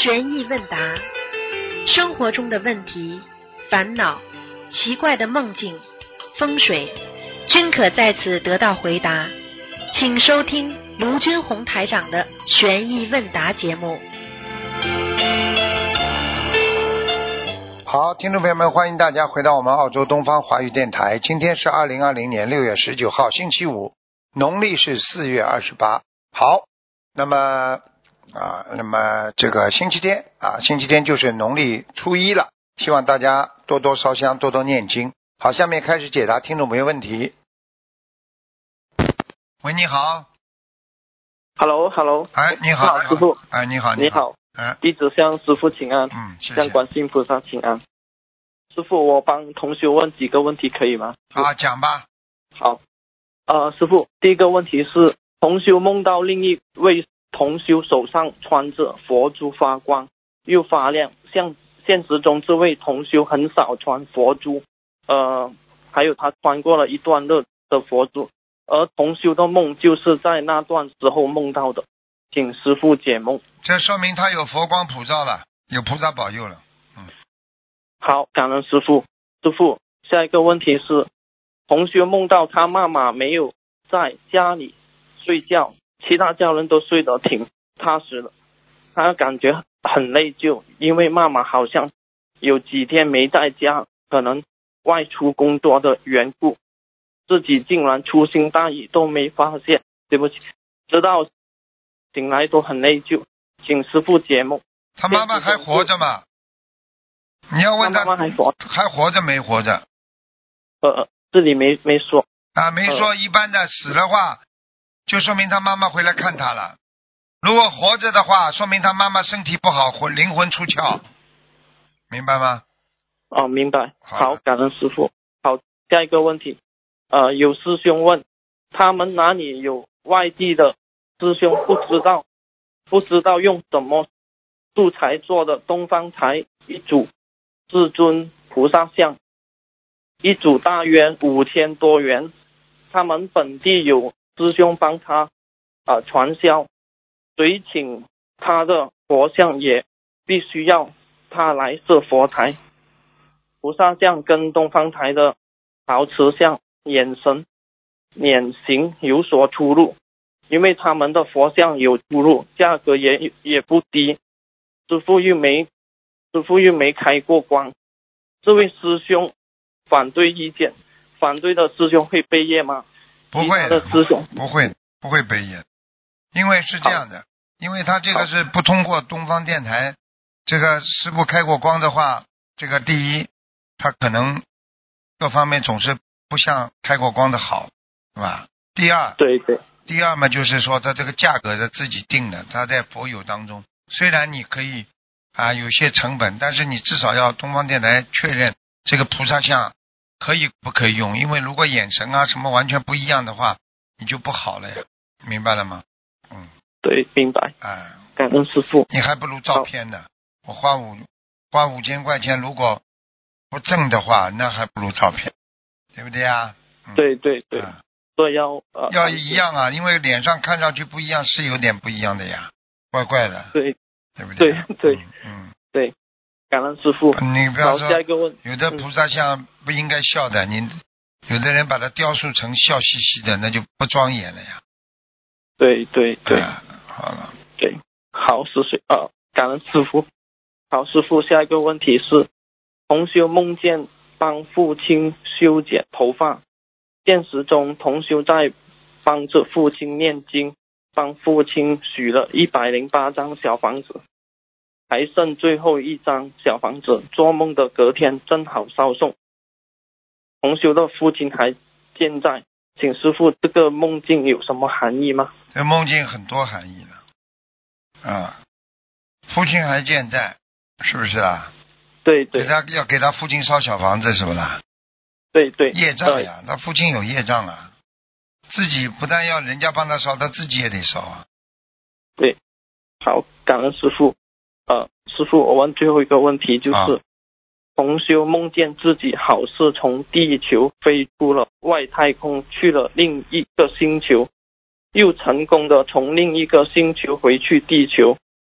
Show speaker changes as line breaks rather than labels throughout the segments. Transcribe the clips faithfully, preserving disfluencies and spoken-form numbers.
悬疑问答，生活中的问题、烦恼、奇怪的梦境、风水，均可在此得到回答。请收听卢军红台长的悬疑问答节目。
好，听众朋友们，欢迎大家回到我们澳洲东方华语电台。今天是二零二零年六月十九号，星期五，农历是四月二十八。好，那么啊，那么这个星期天啊，星期天就是农历初一了，希望大家多多烧香，多多念经。好，下面开始解答听众朋友问题。喂，你好。
Hello Hello，
哎，你好，
师傅。
哎，你好，
你好。
哎，
弟子向师傅请安。
嗯，谢谢。
向观世音菩萨请安。师傅，我帮同修问几个问题可以吗？
啊，讲吧。
好。呃，师傅，第一个问题是，同修梦到另一位同修手上穿着佛珠发光又发亮，像现实中这位同修很少穿佛珠，呃，还有他穿过了一段日的佛珠，而同修的梦就是在那段时候梦到的，请师父解梦。
这说明他有佛光普照了，有菩萨保佑了。嗯，
好，感恩师父。师父，下一个问题是，同学梦到他妈妈没有在家里睡觉，其他家人都睡得挺踏实的，他感觉很内疚，因为妈妈好像有几天没在家，可能外出工作的缘故，自己竟然粗心大意都没发现，对不起，直到醒来都很内疚，请师父解梦。
他妈妈还活着吗？你要问他，
他妈妈还活
还活着没活着？
呃，这里没没说
啊，没说。
呃、
一般的死的话，就说明他妈妈回来看他了。如果活着的话，说明他妈妈身体不好，魂灵魂出窍，明白吗？
哦，明白。
好，
好，感恩师父。好，下一个问题，呃，有师兄问，他们哪里有外地的师兄不知道，不知道用什么素材做的东方台一组至尊菩萨像，一组大约五千多元，他们本地有师兄帮他啊、呃、传销，谁请他的佛像也必须要他来设佛台。菩萨像跟东方台的陶瓷像眼神脸型有所出入，因为他们的佛像有出入，价格也也不低，师父又没师父又没开过光，这位师兄反对意见，反对的师兄会背业吗？
不会
的师兄
不会不会背业，因为是这样的，因为他这个是不通过东方电台这个师父开过光的话，这个第一他可能各方面总是不像开过光的好，是吧？第二
对对
第二嘛，就是说他这个价格是自己定的，他在佛友当中，虽然你可以啊有些成本，但是你至少要东方电台确认这个菩萨像可以不可以用，因为如果眼神啊什么完全不一样的话，你就不好了呀，明白了吗？嗯，
对，明白。
哎，
感恩师父。
你还不如照片呢，我花五花五千块钱，如果不正的话，那还不如照片，对不对啊？嗯、
对对对。
嗯
所以要呃
要一样啊，因为脸上看上去不一样，是有点不一样的呀，怪怪的，
对
对不对？
对对，
嗯，嗯
对，感恩师父。
你不要说，
下一个问，
有的菩萨像不应该笑的，你有的人把它雕塑成笑嘻嘻的，那就不庄严了呀。
对对对，
啊、好了。
对，好，师父啊，感恩师父。好，师父，下一个问题是，同修梦见帮父亲修剪头发。现实中，同修在帮着父亲念经，帮父亲许了一百零八张小房子，还剩最后一张小房子。做梦的隔天正好烧送，同修的父亲还健在，请师父，这个梦境有什么含义吗？
这梦境很多含义的啊，父亲还健在，是不是啊？
对对，
给他要给他父亲烧小房子，是不是？
对对，
业障呀，他父亲有业障啊，自己不但要人家帮他烧，他自己也得烧啊。
对，好，感恩师父。呃，师父，我问最后一个问题，就是、啊、同修梦见自己好似从地球飞出了外太空，去了另一个星球，又成功的从另一个星球回去地球，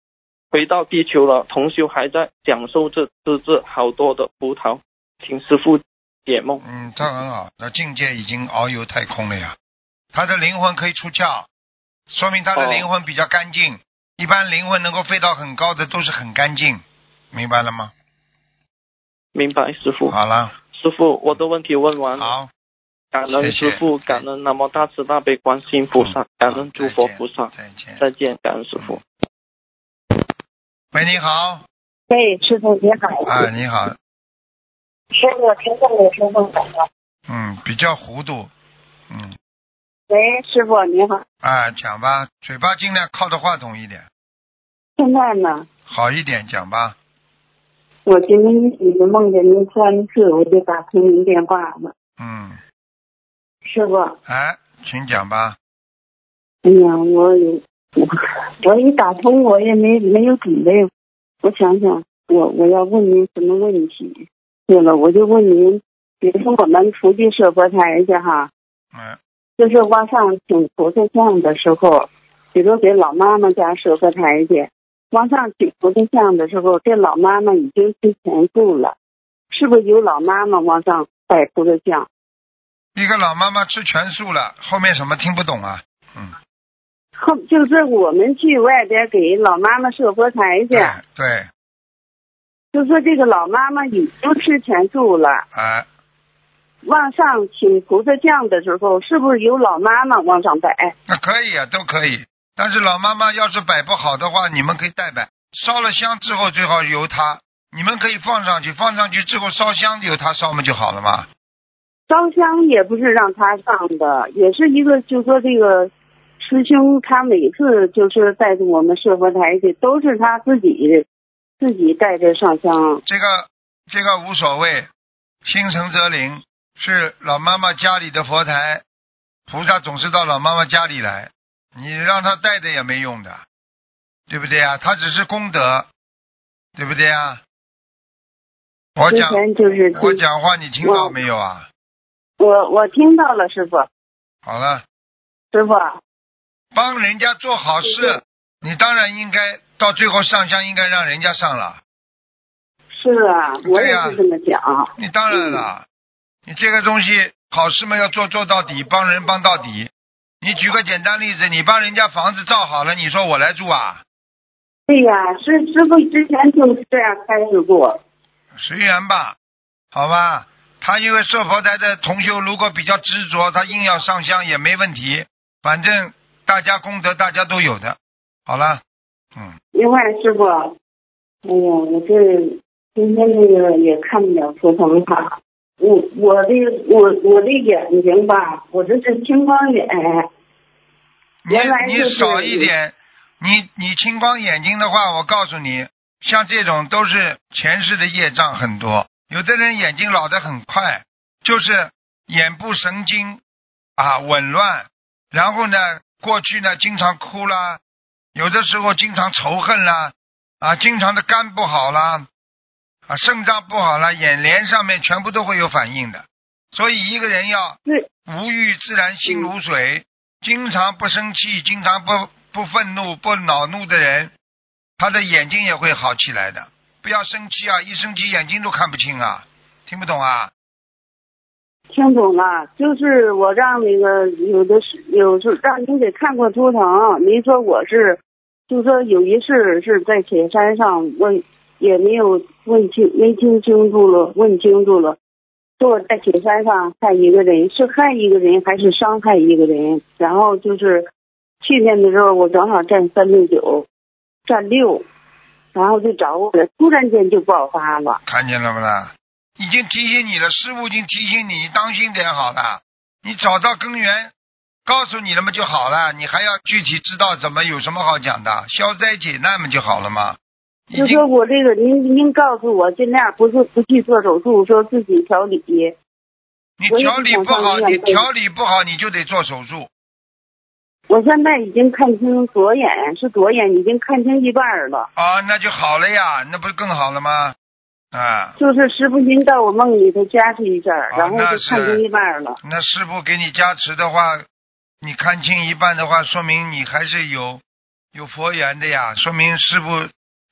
回到地球了，同修还在享受着吃着好多的葡萄，请师父解梦。
嗯，这很好，那境界已经遨游太空了呀。他的灵魂可以出窍，说明他的灵魂比较干净。哦、一般灵魂能够飞到很高的都是很干净，明白了吗？
明白，师父。
好了，
师父，我的问题问完了。
好，
感恩师父，感恩南无大慈大悲观世音菩萨，嗯、感恩诸佛菩萨。
再见，
再见，感恩师父。
喂，你好。
喂，师父你好。
啊，你好。
师父，听众没听众讲吗？
嗯，比较糊涂。嗯。
喂，师父你好。
啊，讲吧，嘴巴尽量靠着话筒一点。
现在呢？
好一点，讲吧。
我今天一直梦见您三次，我就打通您电话了。
嗯。
师父。
哎，请讲吧。
哎呀，我我我一打通，我也没没有准备。我想想，我我要问您什么问题？对了，我就问您，比如说我们出去设佛台去哈。
嗯。
就是往上请菩萨像的时候，比如给老妈妈家设佛台去，往上请菩萨像的时候，这老妈妈已经吃全素了，是不是由老妈妈往上摆菩萨像？
一个老妈妈吃全素了，后面什么听不懂啊？嗯。
后就是我们去外边给老妈妈设佛台去。
对。对。
就说这个老妈妈已经吃全素了。
哎。
往上请菩萨像的时候，是不是由老妈妈往上摆？
那可以啊，都可以。但是老妈妈要是摆不好的话，你们可以代摆。烧了香之后，最好由她，你们可以放上去，放上去之后烧香由她烧嘛就好了嘛。
烧香也不是让她上的，也是一个，就说这个师兄他每次就是带着我们设佛台去，都是他自己自己带着上香。
这个这个无所谓，心诚则灵。是老妈妈家里的佛台，菩萨总是到老妈妈家里来，你让他带的也没用的，对不对啊？他只是功德，对不对啊？我讲
就是
我讲话你听到没有啊？
我我听到了，师傅。
好了，
师傅，
帮人家做好事，你当然应该到最后上香，应该让人家上了。
是啊，我也是这么讲。
啊、你当然了。嗯，你这个东西好事嘛要做做到底，帮人帮到底。你举个简单例子，你帮人家房子造好了，你说我来住啊？
对呀，师师傅之前就是这样开示过。
随缘吧，好吧。他因为设佛台的同修如果比较执着，他硬要上香也没问题，反正大家功德大家都有的。好了，嗯。
另外，师傅，哎呀，我这今天这个也看不了图腾卡。我我的我我的眼睛吧，我这是青光眼。原来、就是、
你你少一点，你你青光眼睛的话，我告诉你，像这种都是前世的业障很多。有的人眼睛老得很快，就是眼部神经啊紊乱，然后呢，过去呢经常哭啦，有的时候经常仇恨啦，啊，经常的肝不好啦。啊，肾脏不好了，眼帘上面全部都会有反应的。所以一个人要无欲自然心如水，经常不生气，经常不不愤怒不恼怒的人，他的眼睛也会好起来的。不要生气啊，一生气眼睛都看不清啊，听不懂啊？
听懂了，就是我让那个有的是有时让您给看过图腾，您说我是，就说有一世是在铁山上，我也没有问清，没听清楚了，问清楚了，说我在铁山上害一个人，是害一个人还是伤害一个人？然后就是去年的时候，我正好站三六九，站六，然后就找我了，突然间就爆发了。
看见了不啦？已经提醒你了，师父已经提醒你，你当心点好了。你找到根源，告诉你了嘛就好了，你还要具体知道怎么有什么好讲的，消灾解难嘛就好了嘛。
就说我这个，您您告诉我尽量不是不去做手术，说自己调理。
你调理不好，你调理不好，你就得做手术。
我现在已经看清左眼，是左眼已经看清一半了。
啊，那就好了呀，那不是更好了吗？啊。
就是师父您到我梦里头加持一下，啊、然后就看清一半了。
那师父给你加持的话，你看清一半的话，说明你还是有有佛缘的呀，说明师父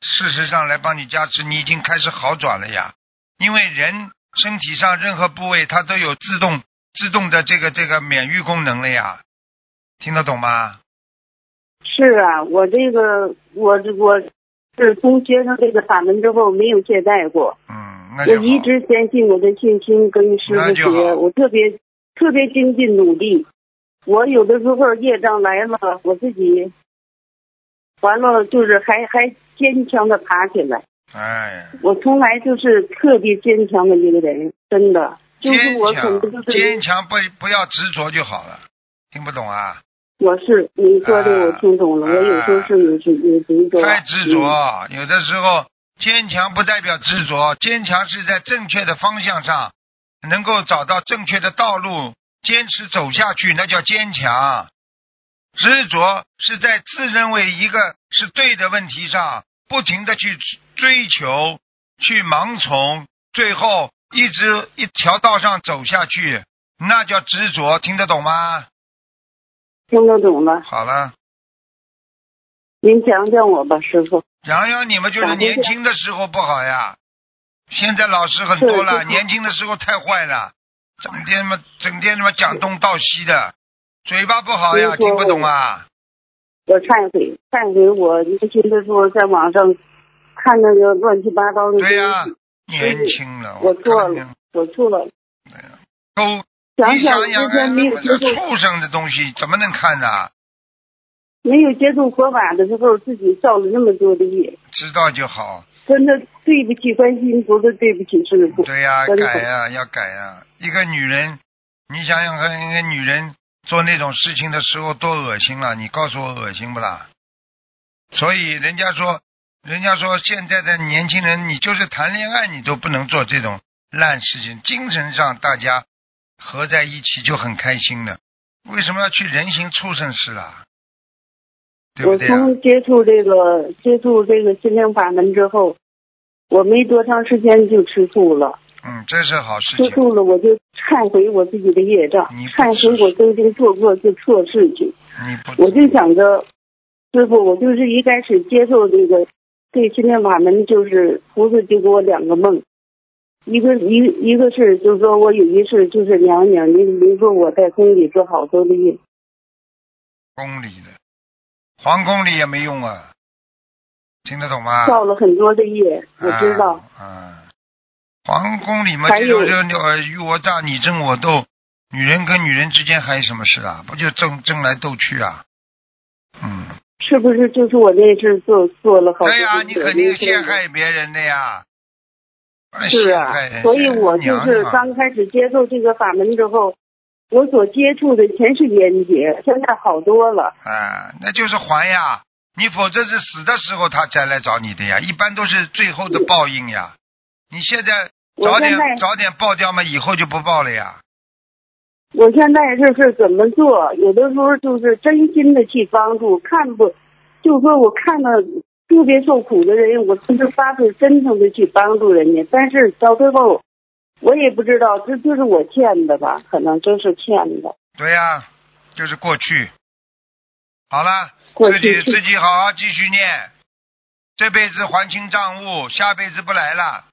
事实上来帮你加持，你已经开始好转了呀。因为人身体上任何部位它都有自动自动的这个这个免疫功能了呀，听得懂吗？
是啊，我这个我我是从学生这个法门之后没有懈怠过。
嗯，那就好。
我一直坚信我的信心跟师傅学，我特别特别精进努力。我有的时候业障来了，我自己完了就是还还坚强的爬起来。
哎，
我从来就是特别坚强的一个人，真的。就是我可能就是
坚强，不不要执着就好了。听不懂啊？
我是你说的，我听懂了。啊、我有时候是有执有执着。
太执着、嗯，有的时候坚强不代表执着，坚强是在正确的方向上，能够找到正确的道路，坚持走下去，那叫坚强。执着是在自认为一个是对的问题上，不停的去追求，去盲从，最后一直一条道上走下去，那叫执着，听得懂吗？
听得懂了。
好了，
您讲讲我吧，师傅。
讲讲你们就是年轻的时候不好呀，现在老师很多了，年轻的时候太坏了，整天嘛整天嘛讲东道西的，嘴巴不好呀，听不懂啊。
我忏悔，忏悔，我年轻的时候在网上看那个乱七八糟的东西。
对呀、啊，年轻了，
我错了，我错了。
都
想想
之前没有接触畜生的东西，怎么能看呢？
没有接触佛法的时候，自己造了那么多的业。
知道就好。
真的对不起观世音菩萨，对不起师父。
对呀、啊，改呀、啊，要改呀、啊。一个女人，你想想看，一个女人做那种事情的时候多恶心了，你告诉我恶心不啦？所以人家说，人家说现在的年轻人，你就是谈恋爱你都不能做这种烂事情，精神上大家合在一起就很开心了，为什么要去人形畜生事啊？对不对啊？
我从接触这个接触这个心灵法门之后，我没多长时间就吃素了。
嗯，这是好事情。
吃素了，我就忏悔我自己的业障，忏悔我曾经做过的错事情。
你不，
我就想着，师傅，我就是一开始接受这个对心灵法门，就是菩萨就给我两个梦，一个一一个是就是说我有一世就是娘娘，您您说我在宫里做好多的业。
宫里的。皇宫里也没用啊，听得懂吗？
造了很多的业，我知道。
啊，啊皇宫里嘛，这种就尔虞我诈、你争我斗，女人跟女人之间还有什么事啊？不就争争来斗去啊？嗯。
是不是就是我那次做做了好多？
对呀、啊，你肯定陷害别人的呀。
是啊，所以我就是刚开始接受这个法门之后。我所接触的全是冤结，现在好多了。
啊，那就是还呀！你否则是死的时候他才来找你的呀，一般都是最后的报应呀。你现在早点早点报掉嘛，以后就不报了呀。
我现在这是怎么做？有的时候就是真心的去帮助，看不，就说我看到特别受苦的人，我就是发自真诚的去帮助人家，但是到最后。我也不知道，这就是我欠的吧？可能真是欠的。
对呀、啊，就是过去。好了，
自
己自己好好继续念，这辈子还清账务，下辈子不来了。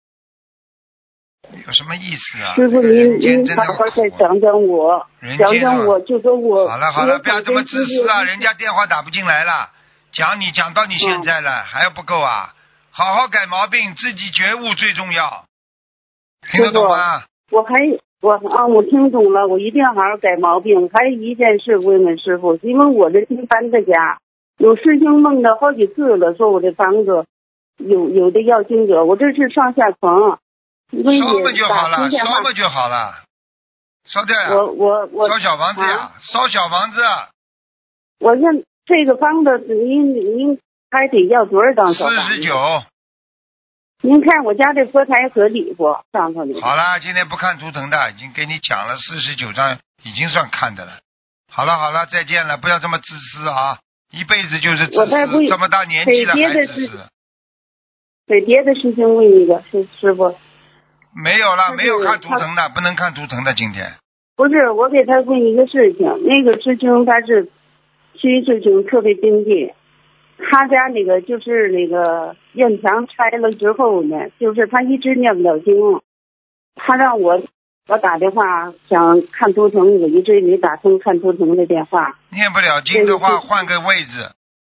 有什么意思啊？
师傅，您您好好再讲讲我，讲讲我，就说我。
好了好了，不要这么自私啊！人家电话打不进来了，讲你讲到你现在了，嗯、还要不够啊？好好改毛病，自己觉悟最重要。听得懂吗？
我还我啊，我听懂了，我一定要好好改毛病。还有一件事问问师傅，因为我这新搬的家，有师兄梦到好几次了，说我的房子有有的要经者，我这是上下层，
烧嘛就好了，烧嘛就好了，烧掉呀。
我我我
烧小房子呀，啊、烧小房子。
我现这个房子，您您还得要多少张小房子？
四十九。
您看我家这佛台合理不？上头的。
好了，今天不看图腾的，已经给你讲了四十九张，已经算看的了。好了好了，再见了，不要这么自私啊！一辈子就是自私，这么大年纪了还自私。
给别的事情问一个，师师傅。
没有了，没有看图腾的，不能看图腾的。今天。
不是，我给他问一个事情，那个事情他是，其实事情特别精进。 他家那个就是那个院墙拆了之后呢，就是他一直念不了经，他让我我打电话想看图腾，我一直没打通看图腾的电话。
念不了经的话，换个位置，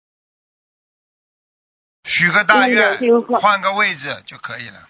许个大愿，换个位置就可以了。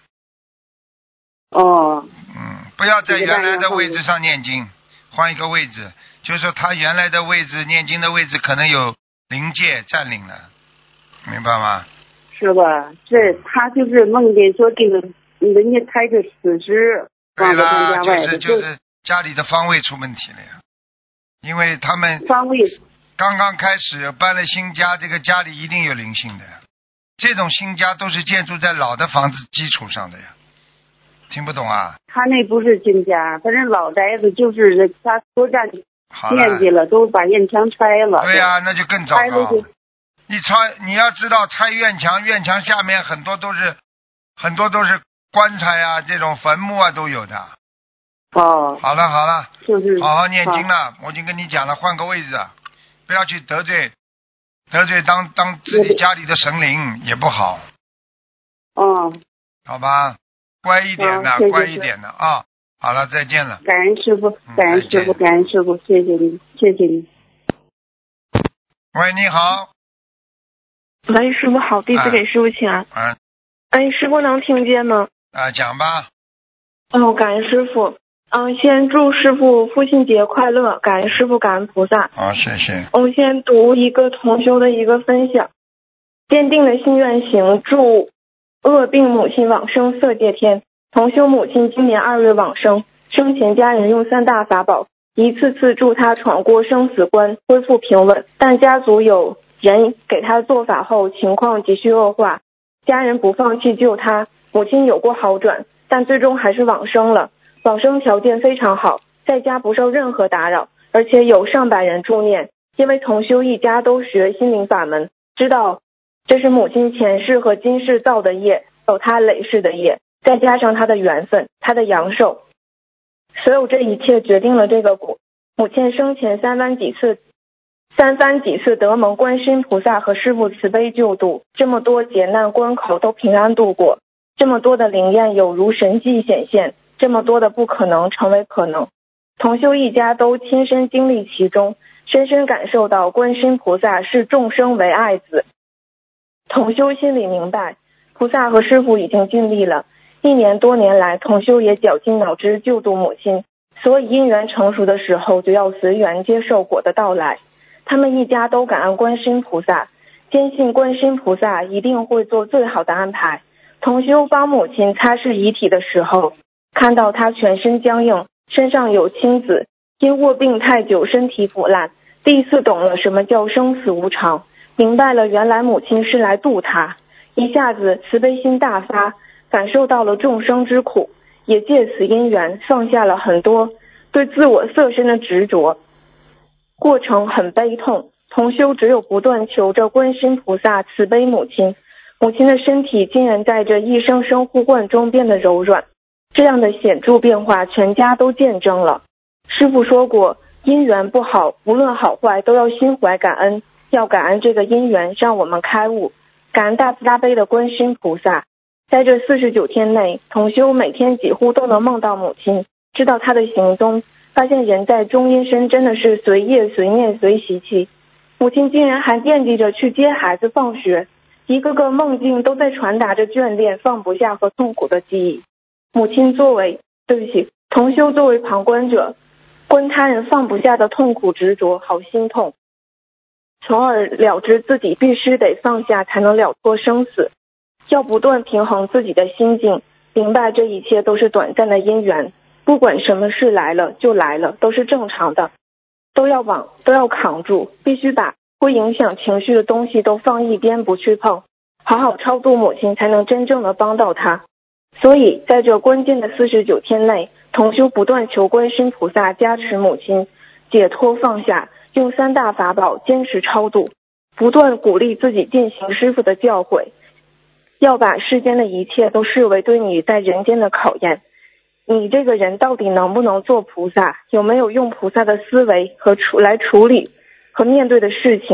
哦。
嗯，不要在原来的位置上念经，换一个位置，就是说他原来的位置念经的位置可能有灵界占领了，明白吗？
是吧？这他就是梦见说这个人家开着死尸放在他家外
就是就是家里的方位出问题了呀，因为他们
方位
刚刚开始搬了新家，这个家里一定有灵性的呀。这种新家都是建筑在老的房子基础上的呀，听不懂啊？
他那不是新家，反正老宅子就是他多占面积了，都把院墙拆了。
对呀、啊，那就更糟糕。你拆，你要知道拆院墙，院墙下面很多都是很多都是棺材啊，这种坟墓啊都有的。
哦。
好了好了，
就是
好好念经了。我已经跟你讲了，换个位置，不要去得罪得罪当当自己家里的神灵也不好。
哦。
好吧，乖一点的，
哦、谢谢
乖一点的啊。好了，再见了。
感恩师傅，感恩师傅，感恩师傅，谢谢你，谢谢你。
喂，你好。
喂，师傅好，弟子给师傅请安。
嗯。
哎，师傅能听见吗？
啊，讲吧。
哦，感恩师傅。嗯，先祝师傅父亲节快乐，感恩师傅，感恩菩萨。
好，谢谢。
我先读一个同修的一个分享：坚定的心愿行，祝恶病母亲往生色界天。同修母亲今年二月往生，生前家人用三大法宝一次次助她闯过生死关，恢复平稳，但家族有人给她做法后情况急剧恶化，家人不放弃救她，母亲有过好转，但最终还是往生了。往生条件非常好，在家不受任何打扰，而且有上百人助念。因为同修一家都学心灵法门，知道这是母亲前世和今世造的业，有她累世的业，再加上她的缘分，她的阳寿，所有这一切决定了这个果。母亲生前三番几次三番几次得蒙观世音菩萨和师父慈悲救度，这么多劫难关口都平安度过，这么多的灵验有如神迹显现，这么多的不可能成为可能。同修一家都亲身经历其中，深深感受到观世音菩萨视众生为爱子。同修心里明白，菩萨和师父已经尽力了，一年多年来同修也绞尽脑汁救度母亲，所以因缘成熟的时候就要随缘接受果的到来。他们一家都感恩观世音菩萨，坚信观世音菩萨一定会做最好的安排。同修帮母亲擦拭遗体的时候，看到她全身僵硬，身上有青紫，因卧病太久身体腐烂，第一次懂了什么叫生死无常，明白了原来母亲是来度她，一下子慈悲心大发，感受到了众生之苦，也借此因缘放下了很多对自我色身的执着。过程很悲痛，同修只有不断求着观世音菩萨慈悲母亲，母亲的身体竟然在这一声声呼唤中变得柔软，这样的显著变化全家都见证了。师父说过，因缘不好，无论好坏都要心怀感恩，要感恩这个因缘让我们开悟，感恩大慈大悲的观世音菩萨。在这四十九天内，同修每天几乎都能梦到母亲，知道她的行踪，发现人在中阴身真的是随业随念随习气。母亲竟然还惦记着去接孩子放学，一个个梦境都在传达着眷恋、放不下和痛苦的记忆。母亲作为对不起同修作为旁观者，观他人放不下的痛苦执着，好心痛，从而了知自己必须得放下才能了脱生死，要不断平衡自己的心境，明白这一切都是短暂的因缘，不管什么事来了就来了，都是正常的，都要往都要扛住，必须把会影响情绪的东西都放一边不去碰，好好超度母亲，才能真正的帮到她。所以在这关键的四十九天内，同修不断求观世音菩萨加持母亲解脱放下，用三大法宝坚持超度，不断鼓励自己进行师父的教诲，要把世间的一切都视为对你在人间的考验。你这个人到底能不能做菩萨，有没有用菩萨的思维和处来处理和面对的事情，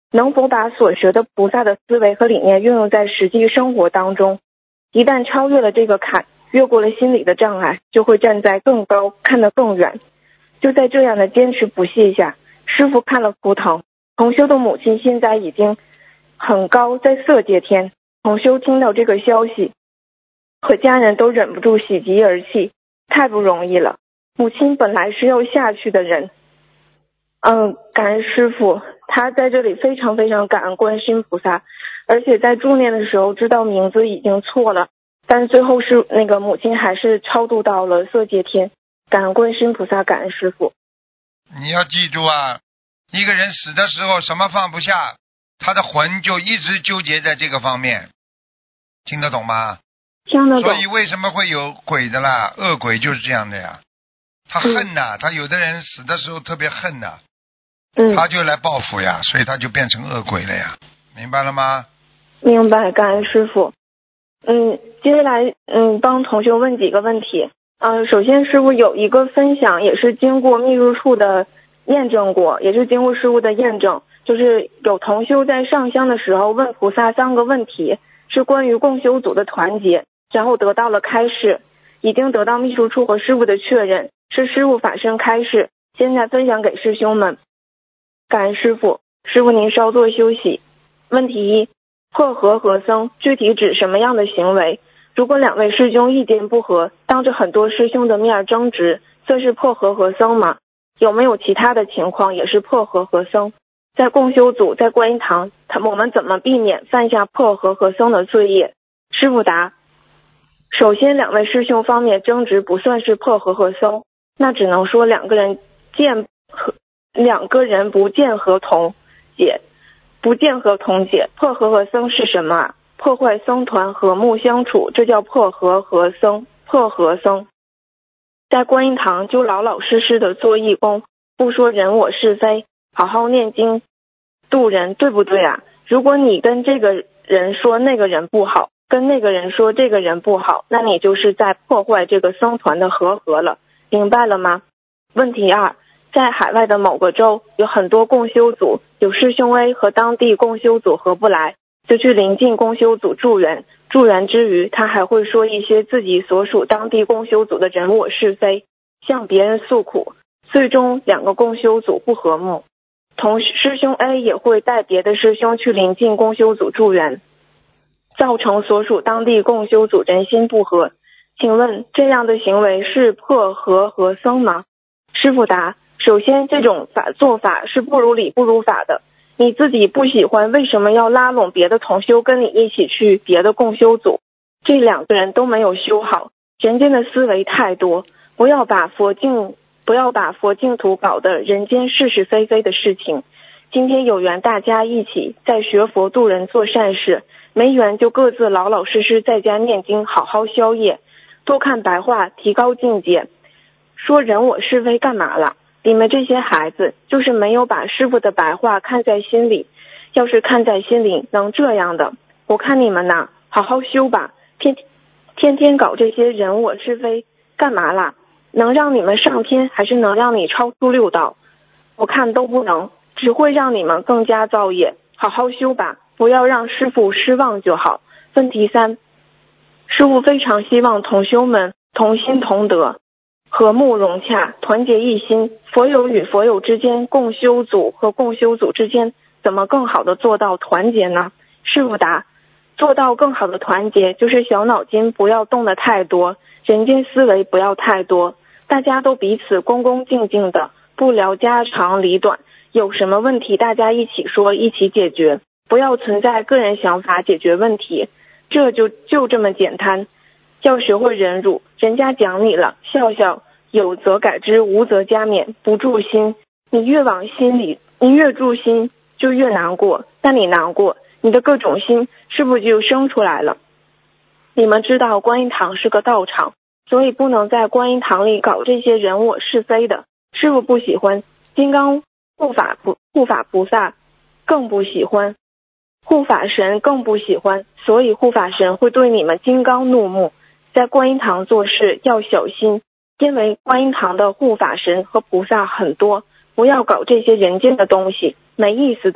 能否把所学的菩萨的思维和理念运用在实际生活当中？一旦超越了这个坎，越过了心理的障碍，就会站在更高，看得更远。就在这样的坚持不懈下，师父看了图腾，同修的母亲现在已经很高，在色界天。同修听到这个消息，和家人都忍不住喜极而泣，太不容易了。母亲本来是要下去的人，嗯，感恩师父，他在这里非常非常感恩观世音菩萨，而且在助念的时候知道名字已经错了，但最后是那个母亲还是超度到了色界天，感恩观世音菩萨，感恩师父。
你要记住啊，一个人死的时候什么放不下，他的魂就一直纠结在这个方面，听得懂吗？
听得懂。
所以为什么会有鬼的啦？恶鬼就是这样的呀，他恨呐、嗯、他有的人死的时候特别恨呐、嗯、他就来报复呀，所以他就变成恶鬼了呀，明白了吗？
明白，感恩师父。嗯，接下来嗯帮同学问几个问题。嗯、呃，首先师父有一个分享，也是经过秘书处的验证过，也是经过师父的验证，就是有同修在上香的时候问菩萨三个问题，是关于共修组的团结，然后得到了开示，已经得到秘书处和师父的确认，是师父法身开示，现在分享给师兄们。感恩师父，师父您稍作休息。问题一，破和合僧具体指什么样的行为？如果两位师兄意见不合，当着很多师兄的面争执，这是破和合僧吗？有没有其他的情况也是破和合僧？在共修组，在观音堂，我们怎么避免犯下破和合僧的罪业？师父答：首先，两位师兄方面争执不算是破和合僧，那只能说两个人见和两个人不见合同解，不见合同解。破和合僧是什么啊？破坏僧团和睦相处，这叫破和合僧。破和僧在观音堂就老老实实的做义工，不说人我是非，好好念经度人，对不对啊？如果你跟这个人说那个人不好，跟那个人说这个人不好，那你就是在破坏这个僧团的和合了，明白了吗？问题二，在海外的某个州有很多共修组，有师兄 A 和当地共修组合不来，就去邻近共修组助缘，助缘之余他还会说一些自己所属当地共修组的人我是非，向别人诉苦，最终两个共修组不和睦。同师兄 A 也会带别的师兄去邻近共修组助缘，造成所属当地共修组人心不和。请问这样的行为是破和合僧吗？师父答：首先这种法做法是不如理不如法的，你自己不喜欢，为什么要拉拢别的同修跟你一起去别的共修组？这两个人都没有修好，人间的思维太多，不要把佛净不要把佛净土搞得人间是是非非的事情。今天有缘大家一起在学佛度人做善事，没缘就各自老老实实在家念经，好好消业，多看白话，提高境界。说人我是非干嘛了？你们这些孩子就是没有把师父的白话看在心里，要是看在心里能这样的，我看你们呐，好好修吧，天天天搞这些人我是非干嘛啦？能让你们上天还是能让你超出六道？我看都不能，只会让你们更加造业，好好修吧，不要让师父失望就好。问题三，师父非常希望同修们同心同德，和睦融洽，团结一心。佛友与佛友之间，共修组和共修组之间，怎么更好的做到团结呢？师父答：做到更好的团结，就是小脑筋不要动得太多，人间思维不要太多，大家都彼此恭恭敬敬的，不聊家长里短，有什么问题大家一起说，一起解决，不要存在个人想法解决问题，这就就这么简单。要学会忍辱，人家讲你了，笑笑，有则改之，无则加勉，不住心。你越往心里，你越住心就越难过，但你难过，你的各种心是不是就生出来了？你们知道观音堂是个道场，所以不能在观音堂里搞这些人我是非的，师父不喜欢，金刚护法不护法菩萨更不喜欢，护法神更不喜欢，所以护法神会对你们金刚怒目。在观音堂做事要小心，因为观音堂的护法神和菩萨很多，不要搞这些人间的东西，没意思的。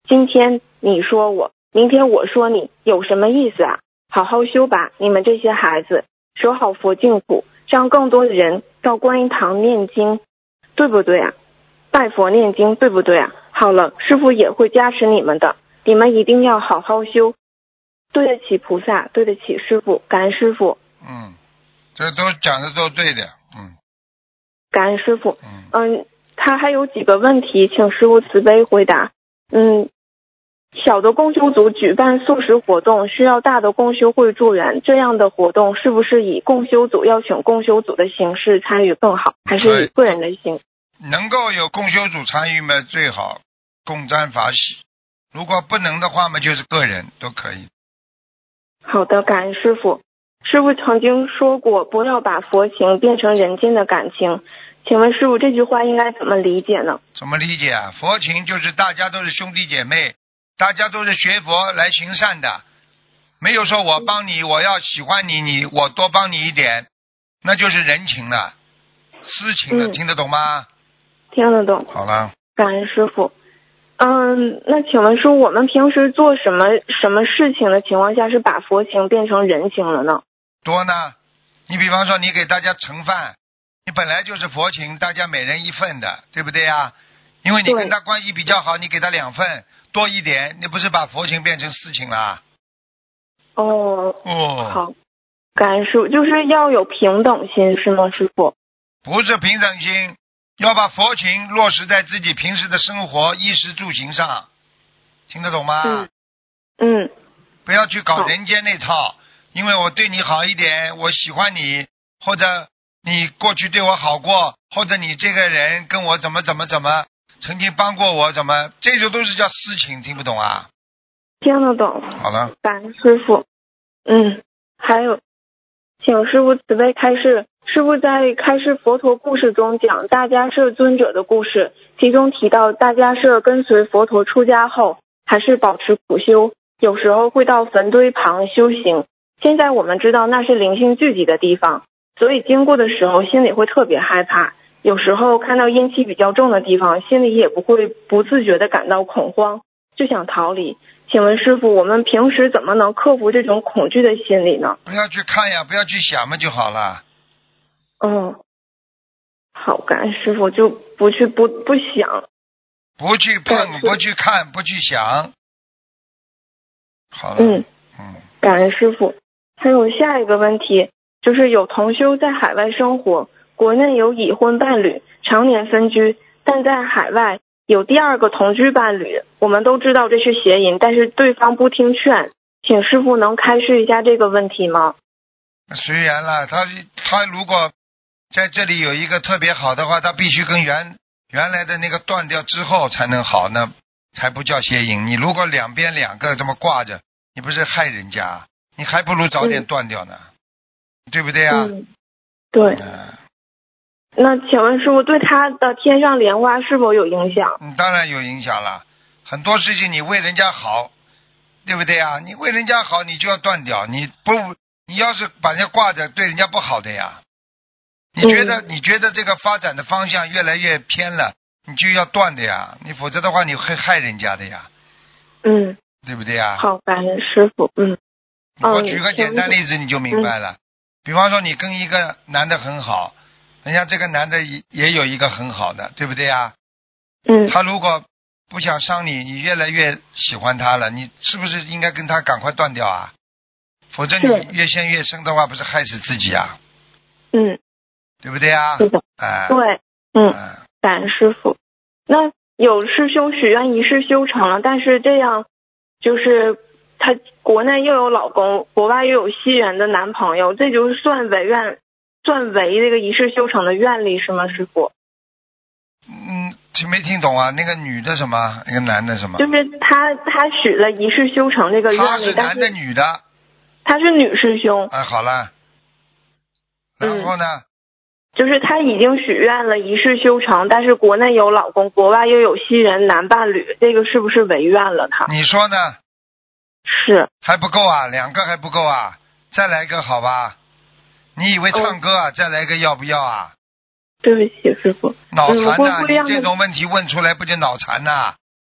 今天你说我，明天我说你，有什么意思啊？好好修吧，你们这些孩子，守好佛净土，让更多的人到观音堂念经，对不对啊？拜佛念经，对不对啊？好了，师父也会加持你们的，你们一定要好好修，对得起菩萨，对得起师父，感恩师父。
嗯，这都讲的都对的。嗯，
感恩师父。
嗯
嗯，他还有几个问题，请师父慈悲回答。嗯，小的共修组举办素食活动，需要大的共修会助缘，这样的活动是不是以共修组邀请共修组的形式参与更好，还是以个人的形式？
能够有共修组参与嘛最好，共沾法喜。如果不能的话嘛，就是个人都可以。
好的，感恩师父。师父曾经说过，不要把佛情变成人间的感情。请问师父，这句话应该怎么理解呢？
怎么理解啊？佛情就是大家都是兄弟姐妹，大家都是学佛来行善的，没有说我帮你，我要喜欢你，你我多帮你一点，那就是人情了，私情了，
嗯、
听得懂吗？
听得懂。
好了。
感恩师父。嗯，那请问师父，我们平时做什么什么事情的情况下是把佛情变成人情了呢？
多呢，你比方说你给大家盛饭，你本来就是佛情，大家每人一份的，对不对呀？因为你跟他关系比较好，你给他两份多一点，你不是把佛情变成私情了？
哦
哦，
好，感恩师父，就是要有平等心是吗，师父？
不是平等心，要把佛情落实在自己平时的生活衣食住行上，听得懂吗？
嗯嗯，
不要去搞人间那套，因为我对你好一点，我喜欢你，或者你过去对我好过，或者你这个人跟我怎么怎么怎么曾经帮过我，怎么这种都是叫私情，听不懂啊？
听得懂。
好了。
感恩师父。嗯，还有，请师父慈悲开示。师父在开示佛陀故事中讲大迦叶尊者的故事，其中提到大迦叶跟随佛陀出家后，还是保持苦修，有时候会到坟堆旁修行。现在我们知道那是灵性聚集的地方，所以经过的时候心里会特别害怕。有时候看到阴气比较重的地方，心里也不会不自觉地感到恐慌，就想逃离。请问师父，我们平时怎么能克服这种恐惧的心理呢？
不要去看呀，不要去想嘛就好了。
嗯，好，感恩师父，就不去不不想，
不去碰，不去看，不去想。好了。
嗯
嗯，
感恩师父。还有下一个问题，就是有同修在海外生活，国内有已婚伴侣，常年分居，但在海外有第二个同居伴侣。我们都知道这是邪淫，但是对方不听劝，请师父能开示一下这个问题吗？
随缘了，他他如果在这里有一个特别好的话，他必须跟原原来的那个断掉之后才能好，那才不叫邪淫。你如果两边两个这么挂着，你不是害人家，你还不如早点断掉呢，嗯、对不对啊？
嗯，对。
嗯、
那请问师父，对他的天上莲花是否有影响？
嗯，当然有影响了。很多事情你为人家好，对不对啊？你为人家好，你就要断掉。你不，你要是把人家挂着，对人家不好的呀。你觉得、嗯、你觉得这个发展的方向越来越偏了，你就要断的呀。你否则的话，你会害人家的呀。
嗯，
对不对呀？
好，感恩师父。嗯，
我举个简单例子，你就明白了。嗯、比方说，你跟一个男的很好，人家这个男的也也有一个很好的，对不对呀？
嗯。
他如果不想伤你，你越来越喜欢他了，你是不是应该跟他赶快断掉啊？否则你越陷越深的话，不是害死自己啊？
嗯。
对不对啊？
是的。
哎、呃。
对。嗯。感恩师父。那有师兄许愿一世修成了，但是这样就是他国内又有老公，国外又有西人的男朋友，这就算违愿，算违这个一世修成的愿力是吗，师父？
嗯，听没听懂啊？那个女的什么？那个男的什么？
就是他他许了一世修成这个愿力，
他是男的女的？
他是女师兄。
哎，好了。然后呢？
嗯，就是他已经许愿了一世修成，但是国内有老公，国外又有西人男伴侣，这个是不是违愿了他？
你说呢？
是。
还不够啊，两个还不够啊，再来一个好吧？你以为唱歌啊？哦、再来一个要不要啊？
对不起，师傅。
脑残呐、
嗯！
你这种问题问出来不就脑残呐、啊？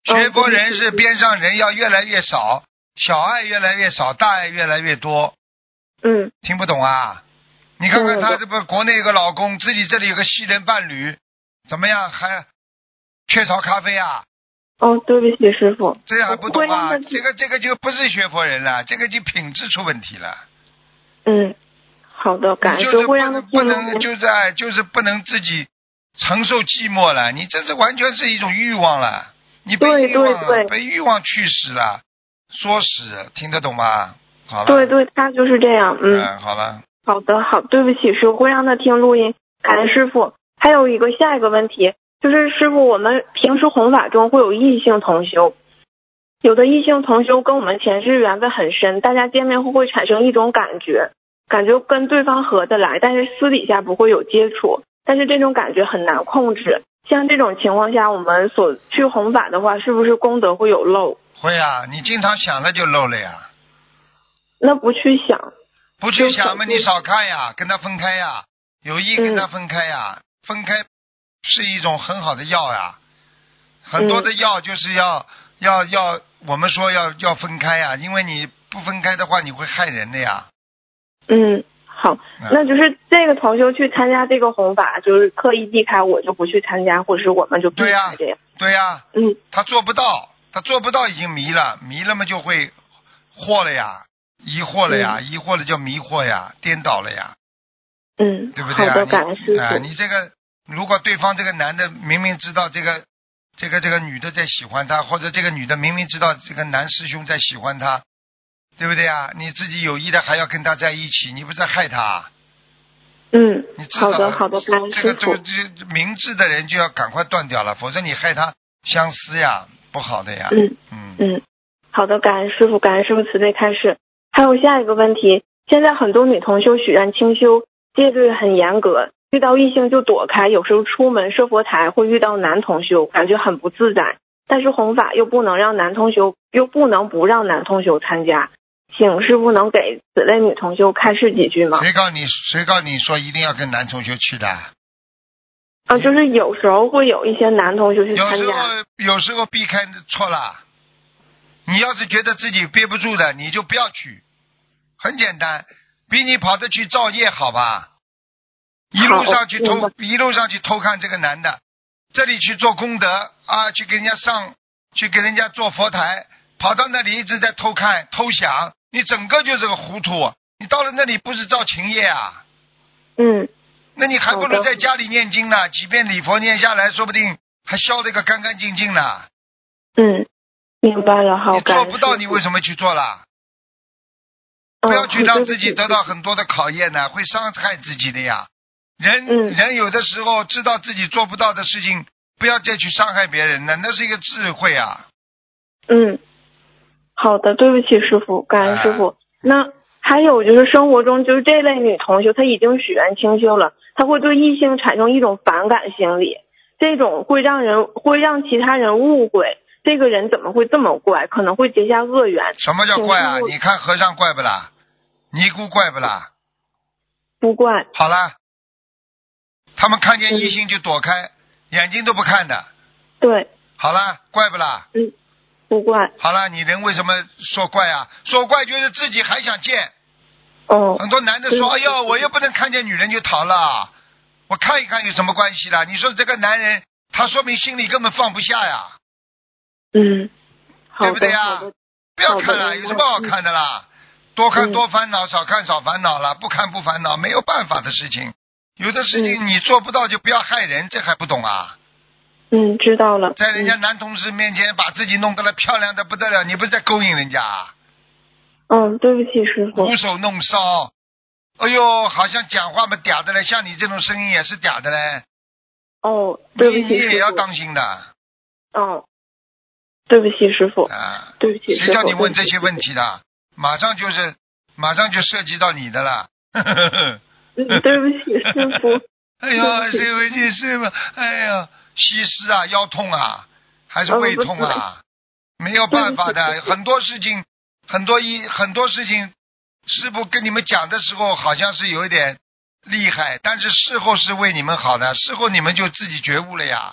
学佛人是边上人要越来越少，小爱越来越少，大爱越来越多。
嗯，
听不懂啊？你看看他这不国内有个老公，自己这里有个西人伴侣，怎么样还雀巢咖啡啊？
哦，对不起师傅，
这还不懂啊？
会
这个这个就不是学佛人了，这个就品质出问题了。
嗯，好的，感
就是
恩会让他
不能就是哎就是不能自己承受寂寞了，你这是完全是一种欲望了，你被欲望了，
对对对
被欲望驱使了，唆使，听得懂吗？好了，
对对，他就是这样，嗯，
嗯好了，
好的好，对不起师傅，会让他听录音，感恩师傅。还有一个下一个问题，就是师傅，我们平时弘法中会有异性同修，有的异性同修跟我们前世缘分很深，大家见面会会产生一种感觉，感觉跟对方合得来，但是私底下不会有接触，但是这种感觉很难控制。像这种情况下，我们所去弘法的话，是不是功德会有漏？
会啊，你经常想了就漏了呀。
那不去想，
不去想嘛，你少看呀，跟他分开呀，有意跟他分开呀，
嗯、
分开是一种很好的药呀。很多的药就是要、嗯、要要，我们说要要分开呀，因为你不分开的话，你会害人的呀。
嗯，好，那就是这个同修去参加这个弘法，就是刻意避开，我就不去参加，或者是我们就避开这样。
对呀、对呀，
嗯，
他做不到，他做不到已经迷了，迷了嘛就会惑了呀，疑惑了呀，
嗯、
疑惑了就迷惑呀，颠倒了呀。
嗯，
对不对啊？
好的，感恩师傅。
啊，你这个如果对方这个男的明明知道这个这个这个女的在喜欢他，或者这个女的明明知道这个男师兄在喜欢他，对不对啊？你自己有意的还要跟他在一起，你不是在害他？
嗯，
你至少
好的好的，感恩
这个
师傅。
这个明智的人就要赶快断掉了，否则你害他相思呀，不好的呀。
嗯
嗯
嗯，好的，感恩师傅，感恩师傅慈悲开示。还有下一个问题，现在很多女同修许愿清修，戒律很严格，遇到异性就躲开，有时候出门设佛台会遇到男同修，感觉很不自在。但是弘法又不能让男同修，又不能不让男同修参加，请师傅能给此类女同修开示几句吗？
谁告诉你谁告诉你说一定要跟男同学去的？
啊，就是有时候会有一些男同修去参加。
有时候有时候避开错了，你要是觉得自己憋不住的，你就不要去，很简单，比你跑着去造业好吧？一路上去偷，一路上去偷看这个男的，这里去做功德啊，去给人家上，去给人家做佛台，跑到那里一直在偷看偷想，你整个就是个糊涂。你到了那里不是造情业啊？
嗯。
那你还不如在家里念经呢，几遍礼佛念下来，说不定还消得个干干净净呢。
嗯，明白了，好。
你做不到，你为什么去做了？不要去让自己得到很多的考验呢，会伤害自己的呀。人、嗯、人有的时候知道自己做不到的事情，不要再去伤害别人呢，那是一个智慧啊。
嗯，好的，对不起师傅，感恩师傅。啊、那还有就是生活中就是这类女同修，她已经许愿清修了，她会对异性产生一种反感心理，这种会让人会让其他人误会这个人怎么会这么怪，可能会结下恶缘。
什么叫怪啊？你看和尚怪不啦？尼姑怪不啦？
不怪。
好了，他们看见异性就躲开，嗯、眼睛都不看的。
对。
好了，怪不啦？
嗯，不怪。
好了，你人为什么说怪啊？说怪就是自己还想见。
哦。
很多男的说：“哎呦，我又不能看见女人就逃了，我看一看有什么关系啦？”你说这个男人，他说明心里根本放不下呀。
嗯。
对不对呀？不要看了，有什么好看的啦？多看多烦恼，
嗯、
少看少烦恼了，不看不烦恼，没有办法的事情。有的事情你做不到就不要害人，这还不懂啊？
嗯，知道了。
在人家男同事面前把自己弄得了漂亮的不得了，你不是在勾引人家？
嗯，对不起师傅。
胡手弄骚，哎呦，好像讲话嘛嗲的嘞，像你这种声音也是嗲的嘞。
哦，对不起师傅。
你你也要当心的。
哦，对不起师傅。
啊，
对不起师傅。
谁叫你问这些问题的？马上就是马上就涉及到你的了。
嗯，对不起师傅。
哎呀，谁回去睡吧？哎呀，西施啊，腰痛啊，还是胃痛啊？没有办法的，很多事情，很多一很多事情，师傅跟你们讲的时候好像是有一点厉害，但是事后是为你们好的，事后你们就自己觉悟了呀。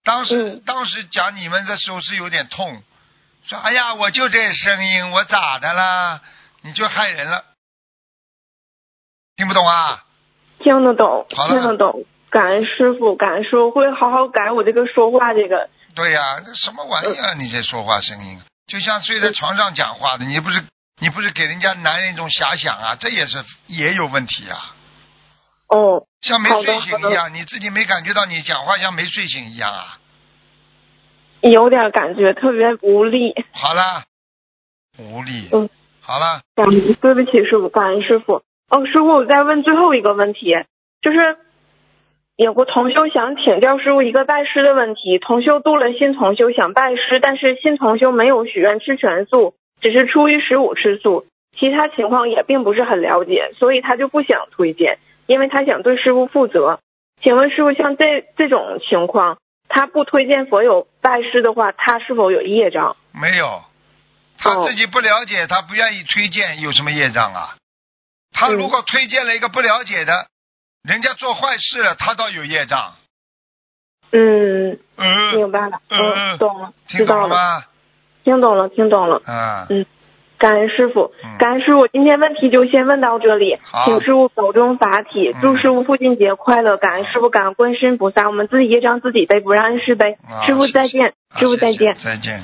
当时、
嗯、
当时讲你们的时候是有点痛，说哎呀我就这声音我咋的啦，你就害人了，听不懂啊？
听得懂，
听
得懂。感恩师傅，感恩师傅，会好好改我这个说话这个。
对呀、啊，这什么玩意儿？你这说话声音，就像睡在床上讲话的，你不是你不是给人家男人一种遐想啊？这也是也有问题啊。
哦。
像没睡醒一样，你自己没感觉到你讲话像没睡醒一样啊？
有点感觉，特别无力。
好了，无力。
嗯。
好了。
对不起，师傅，感恩师傅。哦，师傅，我再问最后一个问题，就是有个同修想请教师傅一个拜师的问题。同修度了新同修想拜师，但是新同修没有许愿吃全素，只是初一十五吃素，其他情况也并不是很了解，所以他就不想推荐，因为他想对师傅负责。请问师傅，像这这种情况，他不推荐佛友拜师的话，他是否有业障？
没有，他自己不了解，哦、他不愿意推荐，有什么业障啊？他如果推荐了一个不了解的，嗯、人家做坏事了，他倒有业障。
嗯，
嗯，
明白了，嗯，嗯懂了，
听懂了吗？
听懂了，听懂了。
嗯
嗯，感恩师傅，嗯、感恩师傅，今天问题就先问到这里，请师傅保重法体，祝师傅父亲节快乐，感恩师傅，感恩观世音菩萨，我们自己业障自己背，不让恩师背。啊、师傅再见，
啊、
师傅再见，
再见。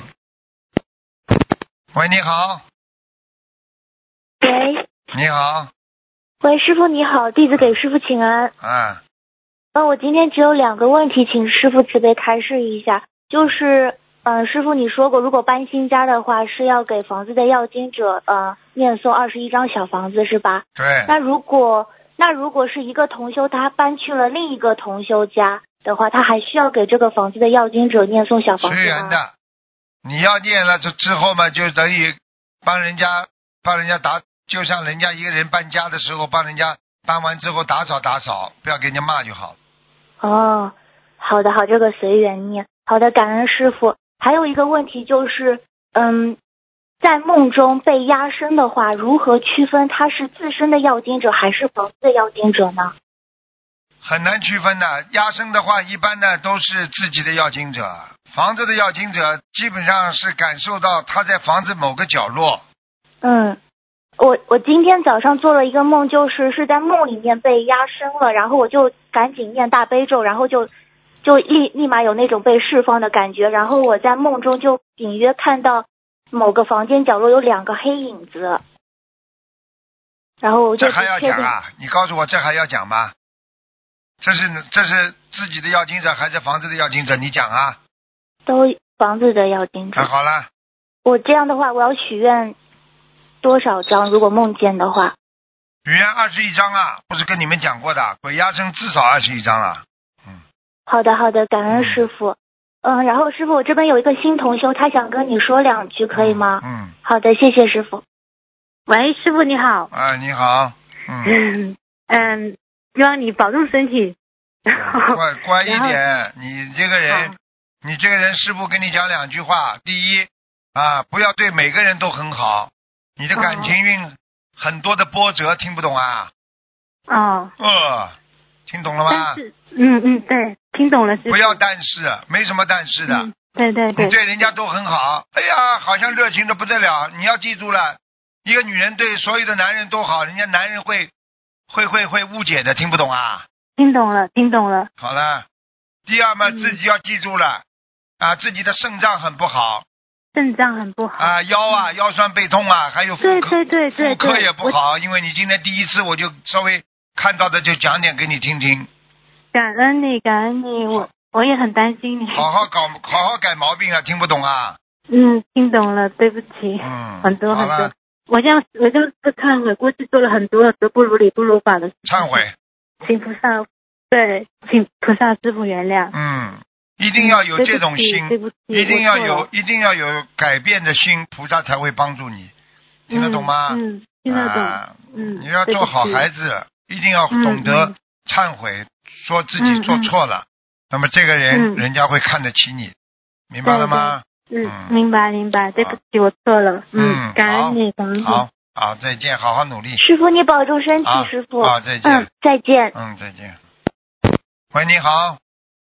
喂，你好。
喂。
你好。
喂，师傅你好，弟子给师傅请安。
啊。
呃，我今天只有两个问题，请师傅慈悲开示一下。就是，呃，师傅你说过，如果搬新家的话，是要给房子的要经者呃念诵二十一张小房子，是吧？
对。
那如果那如果是一个同修他搬去了另一个同修家的话，他还需要给这个房子的要经者念诵小房子吗？
随缘的，你要念了之之后嘛，就等于帮人家帮人家打。就像人家一个人搬家的时候，帮人家搬完之后打扫打扫，不要给人家骂就好。
哦，好的好，这个随缘念。好的，感恩师傅。还有一个问题就是，嗯，在梦中被压身的话，如何区分他是自身的要经者还是房子的要经者呢？
很难区分的，压身的话，一般呢都是自己的要经者，房子的要经者基本上是感受到他在房子某个角落。
嗯。我我今天早上做了一个梦，就是是在梦里面被压身了，然后我就赶紧念大悲咒，然后就就立立马有那种被释放的感觉，然后我在梦中就隐约看到某个房间角落有两个黑影子，然后我就
这还要讲啊？你告诉我这还要讲吗？这是这是自己的要经者还是房子的要经者？你讲啊。
都房子的要经者。
那好了。
我这样的话，我要许愿多少张？如果梦见的话，
许愿二十一张啊，不是跟你们讲过的，鬼压身至少二十一张了。嗯。
好的好的，感恩师傅。嗯，然后师傅，我这边有一个新同修，他想跟你说两句，可以吗？
嗯。
好的，谢谢师傅。喂，师傅你好。
啊，你好。
嗯嗯，希望你保重身体。
乖乖一点，你这个人，你这个人，师傅跟你讲两句话。第一啊，不要对每个人都很好。你的感情运很多的波折，听不懂啊？
哦。
呃，听懂了吗？
但是，嗯嗯，对，听懂了。
不要但是，没什么但是的。
嗯、对对对。
你对人家都很好，哎呀，好像热情的不得了。你要记住了，一个女人对所有的男人都好，人家男人会会会会误解的，听不懂啊？
听懂了，听懂了。
好了，第二嘛，嗯、自己要记住了啊，自己的肾脏很不好。
肾脏很不好
啊，腰啊，腰酸背痛啊，还有妇科，
对对对对，
妇科也不好。因为你今天第一次，我就稍微看到的就讲点给你听听。
感恩你，感恩你，我我也很担心你。
好好搞，好好改毛病啊！听不懂啊？
嗯，听懂了，对不起。
嗯，
很多很多。我这样，我这样是忏悔，过去做了很多很多不如理不如法的事。
忏悔。
请菩萨，对，请菩萨师父原谅。
嗯。一定要有这种心，一定要有，一定要有改变的心，菩萨才会帮助你。听得懂吗？
嗯，听得懂。
啊、嗯，你要做好孩子，一定要懂得忏悔，嗯、说自己做错了，嗯、那么这个人、嗯、人家会看得起你，明白了吗？
对对嗯，嗯明白明白，对不起，我错了。嗯，感恩你，感恩你。
好，好，再见，好好努力。
师傅，你保重身体，师傅。
好，再见。
嗯，再见。
嗯，再见。喂，你好。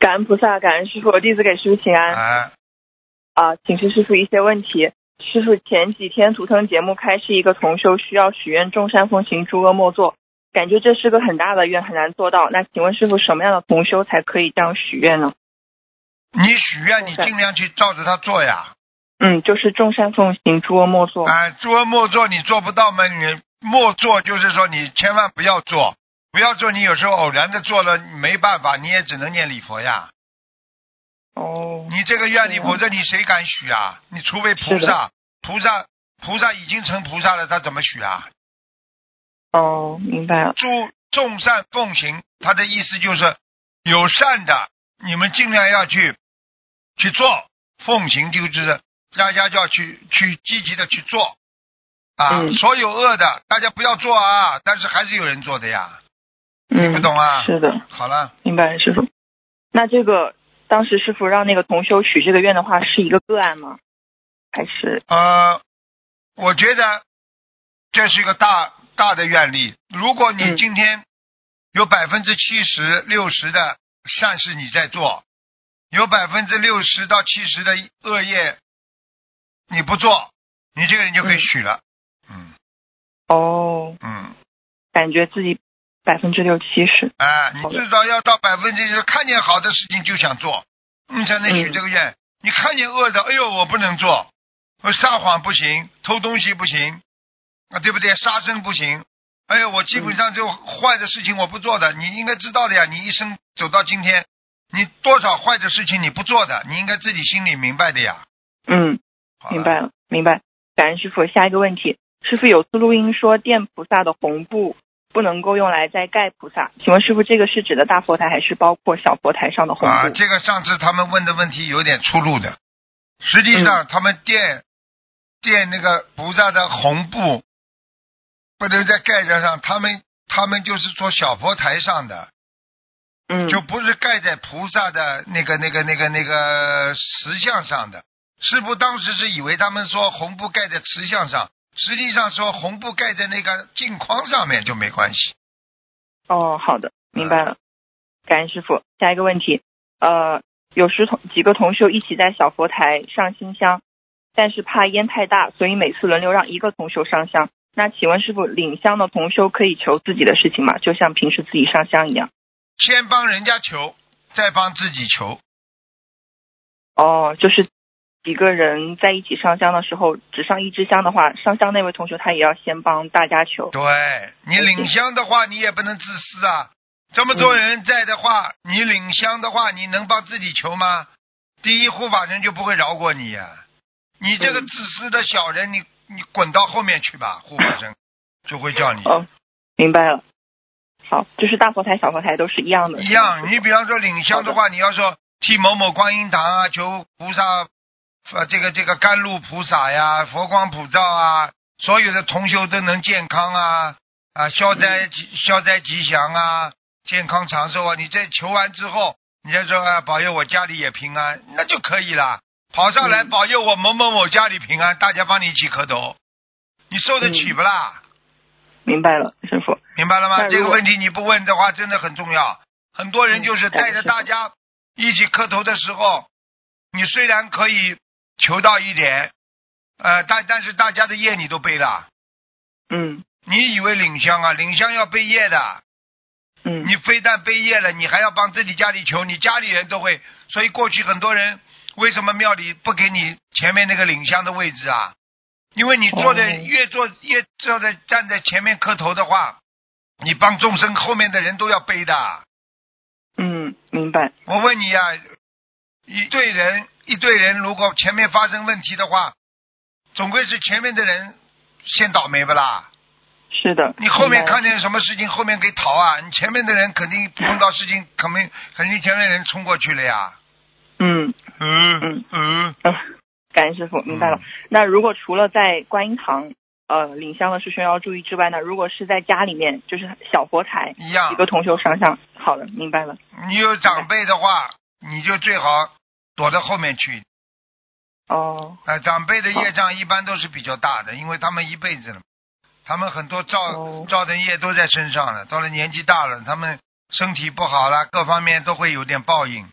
感恩菩萨，感恩师傅，弟子给师傅请安。
啊，
啊，请示师傅一些问题。师傅，前几天图腾节目开示一个同修需要许愿众善奉行，诸恶莫作，感觉这是个很大的愿，很难做到。那请问师傅，什么样的同修才可以这样许愿呢？
你许愿，你尽量去照着他做呀。
嗯，就是众善奉行，诸恶莫作。
啊，诸恶莫作，你做不到吗？你莫做就是说你千万不要做，不要做。你有时候偶然的做了，没办法，你也只能念礼佛呀。
哦。
你这个愿力，否则你谁敢许啊？你除非菩萨，菩萨菩萨已经成菩萨了，他怎么许啊？
哦，明白了。
诸众善奉行，他的意思就是有善的，你们尽量要去去做，奉行就是大家就要去去积极的去做啊、嗯。所有恶的大家不要做啊，但是还是有人做的呀。听不懂啊？
是的。
好了，
明白，师傅。那这个当时师傅让那个同修许这个愿的话，是一个个案吗？还是？
呃，我觉得这是一个大大的愿力。如果你今天有百分之七十、六十的善事你在做，有百分之六十到七十的恶业你不做，你这个人就可以许了。嗯。
哦。
嗯。
感觉自己百分之六七十。
哎，你至少要到百分之看见好的事情就想做，你才能许这个愿。嗯、你看见恶的，哎呦，我不能做，我撒谎不行，偷东西不行，啊，对不对？杀生不行。哎呦，我基本上就坏的事情我不做的，嗯、你应该知道的呀。你一生走到今天，你多少坏的事情你不做的，你应该自己心里明白的呀。
嗯，明白了，明白。感恩师傅。下一个问题，师傅有次录音说垫菩萨的红布不能够用来再盖菩萨，请问师傅这个是指的大佛台还是包括小佛台上的红布？
啊，这个上次他们问的问题有点出入的。实际上他们垫、嗯、垫那个菩萨的红布不能再盖在上，他们他们就是说小佛台上的，
嗯，
就不是盖在菩萨的那个那个那个那个石像上的。师父当时是以为他们说红布盖在石像上，实际上说红布盖在那个镜框上面就没关系。
哦，好的，明白了。感恩师父。下一个问题，呃，有时同几个同修一起在小佛台上新香，但是怕烟太大，所以每次轮流让一个同修上香。那请问师父，领香的同修可以求自己的事情吗？就像平时自己上香一样？
先帮人家求，再帮自己求。
哦，就是几个人在一起上香的时候，只上一支香的话，上香那位同学他也要先帮大家求。
对，你领香的话，你也不能自私啊。这么多人在的话，嗯、你领香的话，你能帮自己求吗？第一，护法神就不会饶过你呀、啊。你这个自私的小人，你你滚到后面去吧，护法神就会叫你。
哦，明白了。好，就是大佛台、小佛台都是一样的。
一样，你比方说领香的话，你要说替某某观音堂啊，求菩萨。呃，这个这个甘露菩萨呀，佛光普照啊，所有的同修都能健康啊啊，消灾吉、嗯、消灾吉祥啊，健康长寿啊。你这求完之后，你再说啊，保佑我家里也平安，那就可以了。跑上来、嗯、保佑我某某某家里平安，大家帮你一起磕头，你受得起不啦？
嗯、明白了，师父。
明白了吗？这个问题你不问的话，真的很重要。很多人就是带着大家一起磕头的时候，你虽然可以求到一点，呃，但但是大家的业你都背了，
嗯，
你以为领香啊？领香要背业的，
嗯，
你非但背业了，你还要帮自己家里求，你家里人都会。所以过去很多人为什么庙里不给你前面那个领香的位置啊？因为你坐的、哦、越坐越坐在站在前面磕头的话，你帮众生后面的人都要背的。
嗯，明白。
我问你啊，一队人。一队人如果前面发生问题的话，总归是前面的人先倒霉不啦？
是的。
你后面看见什么事情，后面给逃啊！你前面的人肯定碰到事情，肯定肯定前面人冲过去了呀。
嗯
嗯
嗯
嗯
嗯，感恩师父，明白了。嗯、那如果除了在观音堂呃领香的师兄要注意之外呢，如果是在家里面，就是小佛台
一样，
几个同修上香，好的，明白了。
你有长辈的话，你就最好躲到后面去。
哦。
呃，长辈的业障一般都是比较大的，因为他们一辈子了，他们很多造、哦、造的业都在身上了，到了年纪大了，他们身体不好了，各方面都会有点报应。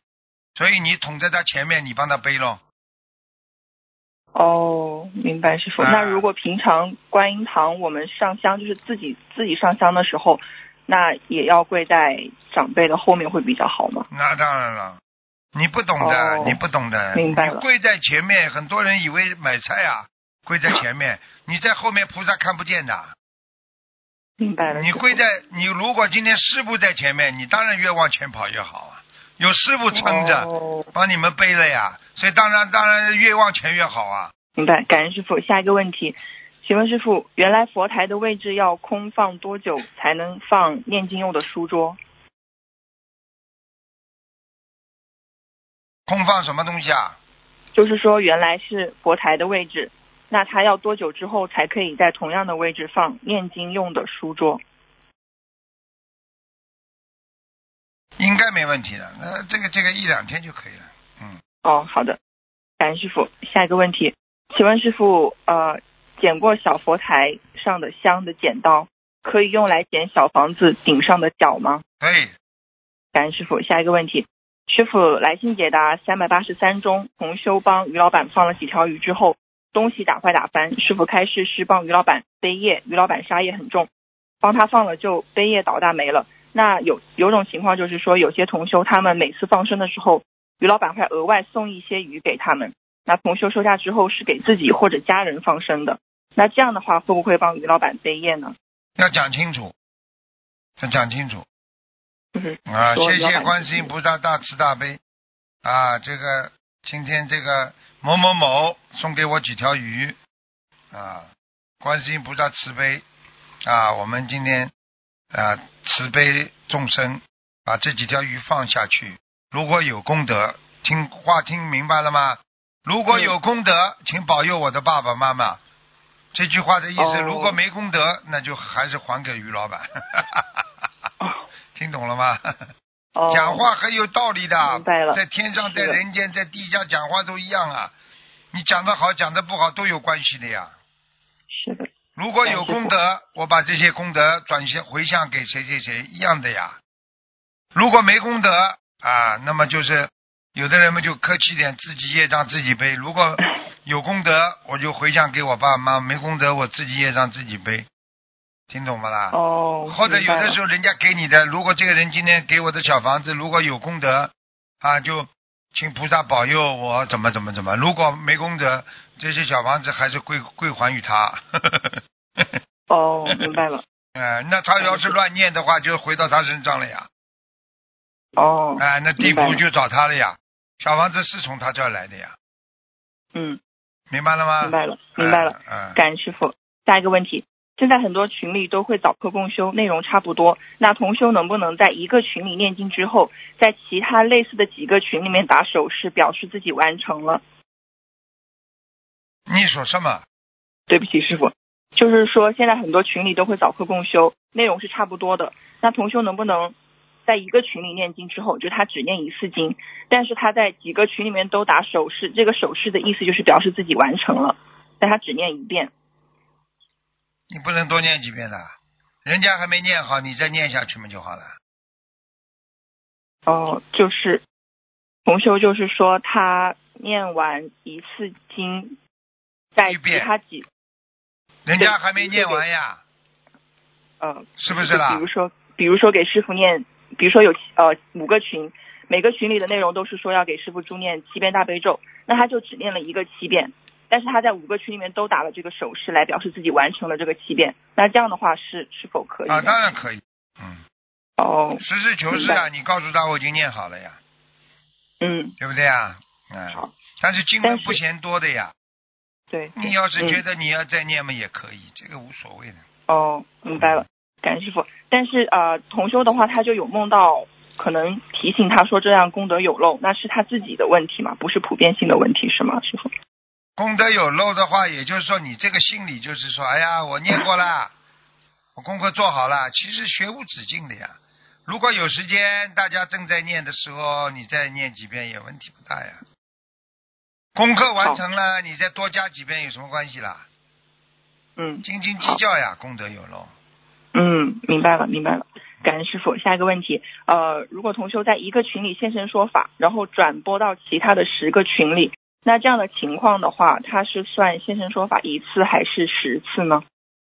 所以你捅在他前面，你帮他背咯。
哦，明白师傅。
啊、
那如果平常观音堂我们上香，就是自己自己上香的时候，那也要跪在长辈的后面会比较好吗？
那当然了，你不懂的，
哦、
你不懂的。
明白了。
你跪在前面，很多人以为买菜啊，跪在前面，你在后面菩萨看不见的。
明白了。
你跪在，你如果今天师父在前面，你当然越往前跑越好啊。有师父撑着，
哦、
帮你们背了呀，所以当然当然越往前越好啊。
明白，感恩师父。下一个问题，请问师父，原来佛台的位置要空放多久才能放念经用的书桌？
空放什么东西啊？
就是说原来是佛台的位置，那它要多久之后才可以在同样的位置放念经用的书桌？
应该没问题的，那这个这个一两天就可以了。嗯。
哦，好的，感恩师父。下一个问题，请问师父，呃，剪过小佛台上的香的剪刀可以用来剪小房子顶上的角吗？
可以。
感恩师父。下一个问题，师父来信解答三百八十三中，同修帮于老板放了几条鱼之后，东西打坏打翻，师父开示是帮于老板背业，于老板杀业很重，帮他放了就背业倒大霉了。那有有种情况就是说，有些同修他们每次放生的时候，于老板会额外送一些鱼给他们，那同修收下之后是给自己或者家人放生的，那这样的话会不会帮于老板背业呢？
要讲清楚，要讲清楚。
就是
啊，谢谢观世音菩萨大慈大悲啊！这个今天这个某某某送给我几条鱼啊，观世音菩萨慈悲啊，我们今天啊慈悲众生，把这几条鱼放下去。如果有功德，听话听明白了吗？如果有功德，请保佑我的爸爸妈妈。这句话的意思，
哦、
如果没功德，那就还是还给于老板。听懂了吗？
哦、
讲话很有道理的，
明白了。
在天上，在人间，在地下讲话都一样啊。你讲得好，讲得不好都有关系的呀。
是的。
如果有功德，我把这些功德转向回向给谁谁谁，一样的呀。如果没功德啊，那么就是有的人们就客气点，自己业障自己背。如果有功德，我就回向给我爸妈；没功德，我自己业障自己背。听懂吗啦？
哦。
或者有的时候人家给你的，如果这个人今天给我的小房子，如果有功德啊，就请菩萨保佑我怎么怎么怎么。如果没功德，这些小房子还是归归还于他。
哦，明白了。
呃，那他要是乱念的话，就回到他身上了呀。
哦。
哎、呃，那地府就找他了呀。小房子是从他这儿来的呀。
嗯。
明白了吗？
明白了，明白了。
嗯。
感恩师父。下一个问题。现在很多群里都会早课共修，内容差不多。那同修能不能在一个群里念经之后，在其他类似的几个群里面打手势，表示自己完成了？
你说什么？
对不起，师父，就是说现在很多群里都会早课共修，内容是差不多的。那同修能不能在一个群里念经之后，就他只念一次经，但是他在几个群里面都打手势，这个手势的意思就是表示自己完成了，但他只念一遍。
你不能多念几遍的，人家还没念好，你再念下去嘛就好了。
哦，就是同修就是说他念完一次经，在其他几，
人家还没念完呀。
呃，
是不是啦？
比如说，比如说给师父念，比如说有呃五个群，每个群里的内容都是说要给师父助念七遍大悲咒，那他就只念了一个七遍。但是他在五个群里面都打了这个手势来表示自己完成了这个七遍，那这样的话是是否可以？
啊，当然可以。嗯。
哦。
实事求是啊，你告诉他我已经念好了呀。
嗯。
对不对啊？嗯。
好。
但是经文不嫌多的呀。
对。
你要是觉得你要再念嘛也可以，嗯、这个无所谓的。
哦，明白了，感恩师父。但是呃，同修的话，他就有梦到可能提醒他说这样功德有漏，那是他自己的问题嘛，不是普遍性的问题是吗，师父？
功德有漏的话，也就是说你这个心里就是说，哎呀，我念过了，我功课做好了，其实学无止境的呀。如果有时间，大家正在念的时候，你再念几遍也问题不大呀。功课完成了，你再多加几遍有什么关系啦？
嗯，
斤斤计较呀，功德有漏。
嗯，明白了，明白了。 感恩师傅。下一个问题，呃，如果同修在一个群里现身说法，然后转播到其他的十个群里，那这样的情况的话，他是算现身说法一次还是十次呢？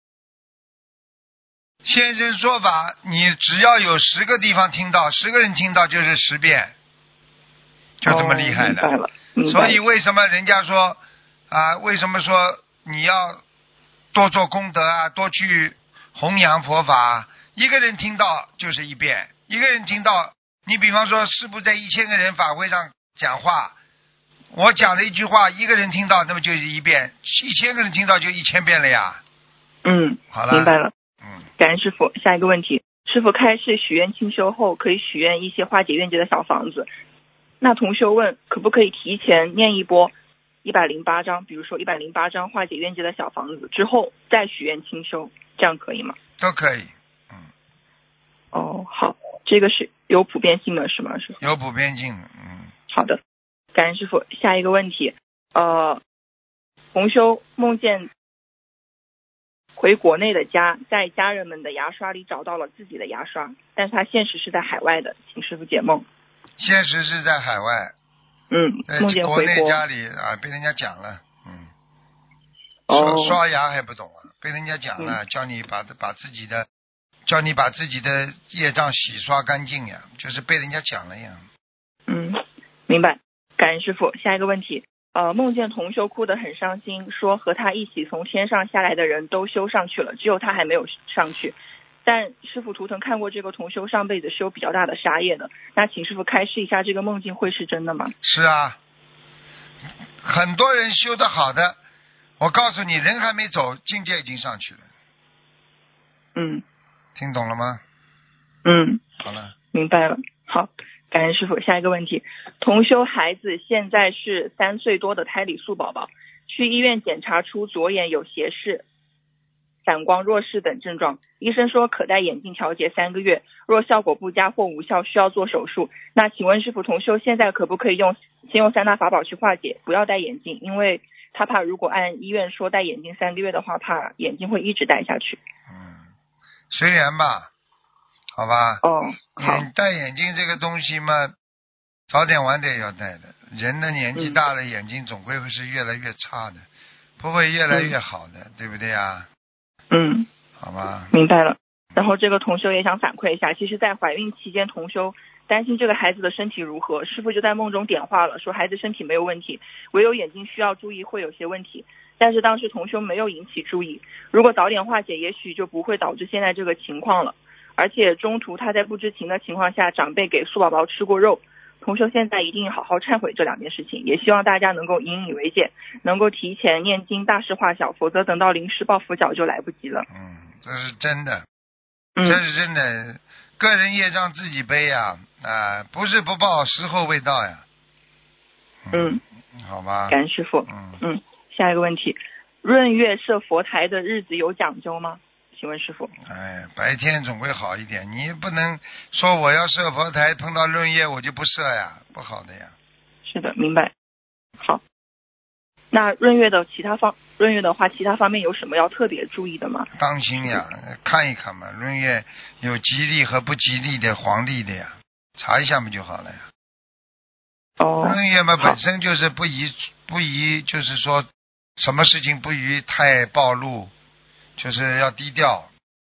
现身说法，你只要有十个地方听到，十个人听到就是十遍，就这么厉害的。
哦、明白了，明白了。
所以为什么人家说啊？为什么说你要多做功德啊，多去弘扬佛法？一个人听到就是一遍，一个人听到，你比方说师父在一千个人法会上讲话，我讲了一句话，一个人听到，那么就是一遍；一千个人听到就一千遍了呀。
嗯，
好了，
明白了。
嗯，
感恩师父。下一个问题，师父开示许愿清修后，可以许愿一些化解怨结的小房子。那同修问，可不可以提前念一波一百零八章，比如说一百零八章化解冤结的小房子之后再许愿清修，这样可以吗？
都可以。嗯。
哦，好，这个是有普遍性的是吗？师父？
有普遍性的，嗯。
好的，感恩师父。下一个问题，呃，同修梦见回国内的家，在家人们的牙刷里找到了自己的牙刷，但是他现实是在海外的，请师父解梦。
现实是在海外。
嗯，
在
梦见回国。
国内家里啊，被人家讲了，嗯。
哦。
刷刷牙还不懂啊，被人家讲了，
嗯、
叫你把把自己的，叫你把自己的业障洗刷干净呀，就是被人家讲了呀。
嗯，明白。感恩师父。下一个问题，呃，梦见同修哭得很伤心，说和他一起从天上下来的人都修上去了，只有他还没有上去。但师父图腾看过这个同修上辈子修比较大的杀业的，那请师父开示一下，这个梦境会是真的吗？
是啊，很多人修得好的，我告诉你，人还没走，境界已经上去了。
嗯，
听懂了吗？
嗯，
好了，
明白了。好，感恩师父。下一个问题，同修孩子现在是三岁多的胎里素宝宝，去医院检查出左眼有斜视、散光弱视等症状，医生说可戴眼镜调节三个月，若效果不佳或无效需要做手术。那请问师父，同修现在可不可以用先用三大法宝去化解，不要戴眼镜？因为他怕如果按医院说戴眼镜三个月的话，怕眼镜会一直戴下去。
嗯，随缘吧，好吧。
哦，好。
眼戴眼镜这个东西嘛，早点晚点要戴的。人的年纪大了，嗯、眼睛总归会是越来越差的，不会越来越好的，嗯、对不对啊？
嗯，
好吧，
明白了。然后这个同修也想反馈一下，其实在怀孕期间，同修担心这个孩子的身体如何，师父就在梦中点化了，说孩子身体没有问题，唯有眼睛需要注意，会有些问题。但是当时同修没有引起注意，如果早点化解，也许就不会导致现在这个情况了。而且中途他在不知情的情况下，长辈给素宝宝吃过肉。同修现在一定好好忏悔这两件事情，也希望大家能够引以为戒，能够提前念经大事化小，否则等到临时抱佛脚就来不及了。
嗯，这是真的，
嗯、
这是真的，个人业障自己背呀，啊，不是不报，时候未到呀。
嗯，
嗯好吧。
感恩师父。
嗯
嗯，下一个问题，闰月设佛台的日子有讲究吗？请问师父。
哎，白天总归好一点，你不能说我要设佛台，碰到闰月我就不设呀，不好的呀。
是的，明白。好，那闰月的其他方，闰月的话，其他方面有什么要特别注意的吗？
当心呀，看一看嘛，闰月有吉利和不吉利的黄历的呀，查一下不就好了呀。
哦。
闰月嘛，本身就是不宜不宜，就是说什么事情不宜太暴露。就是要低调。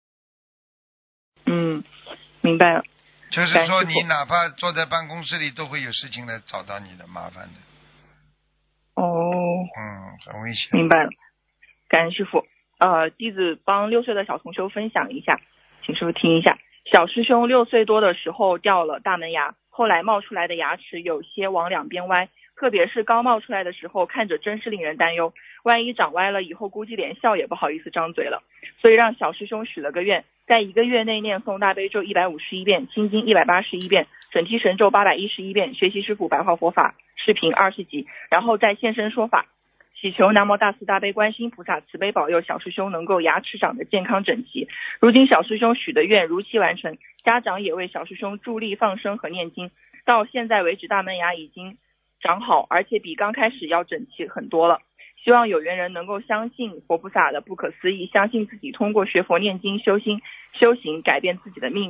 嗯，明白了。
就是说，你哪怕坐在办公室里，都会有事情来找到你的麻烦的。
哦。
嗯，很危险。
明白了，感恩师父。呃，弟子帮六岁的小同修分享一下，请师父听一下。小师兄六岁多的时候掉了大门牙，后来冒出来的牙齿有些往两边歪。特别是刚冒出来的时候，看着真是令人担忧，万一长歪了以后，估计连笑也不好意思张嘴了。所以让小师兄许了个愿，在一个月内念诵大悲咒一百五十一遍，心经一百八十一遍，准提神咒八百一十一遍，学习师父白话佛法视频二十集，然后再现身说法，祈求南无大慈大悲观世音菩萨慈悲保佑小师兄能够牙齿长得健康整齐。如今小师兄许的愿如期完成，家长也为小师兄助力放生和念经，到现在为止大门牙已经长好，而且比刚开始要整齐很多了。希望有缘人能够相信佛菩萨的不可思议，相信自己通过学佛念经修心修行改变自己的命运。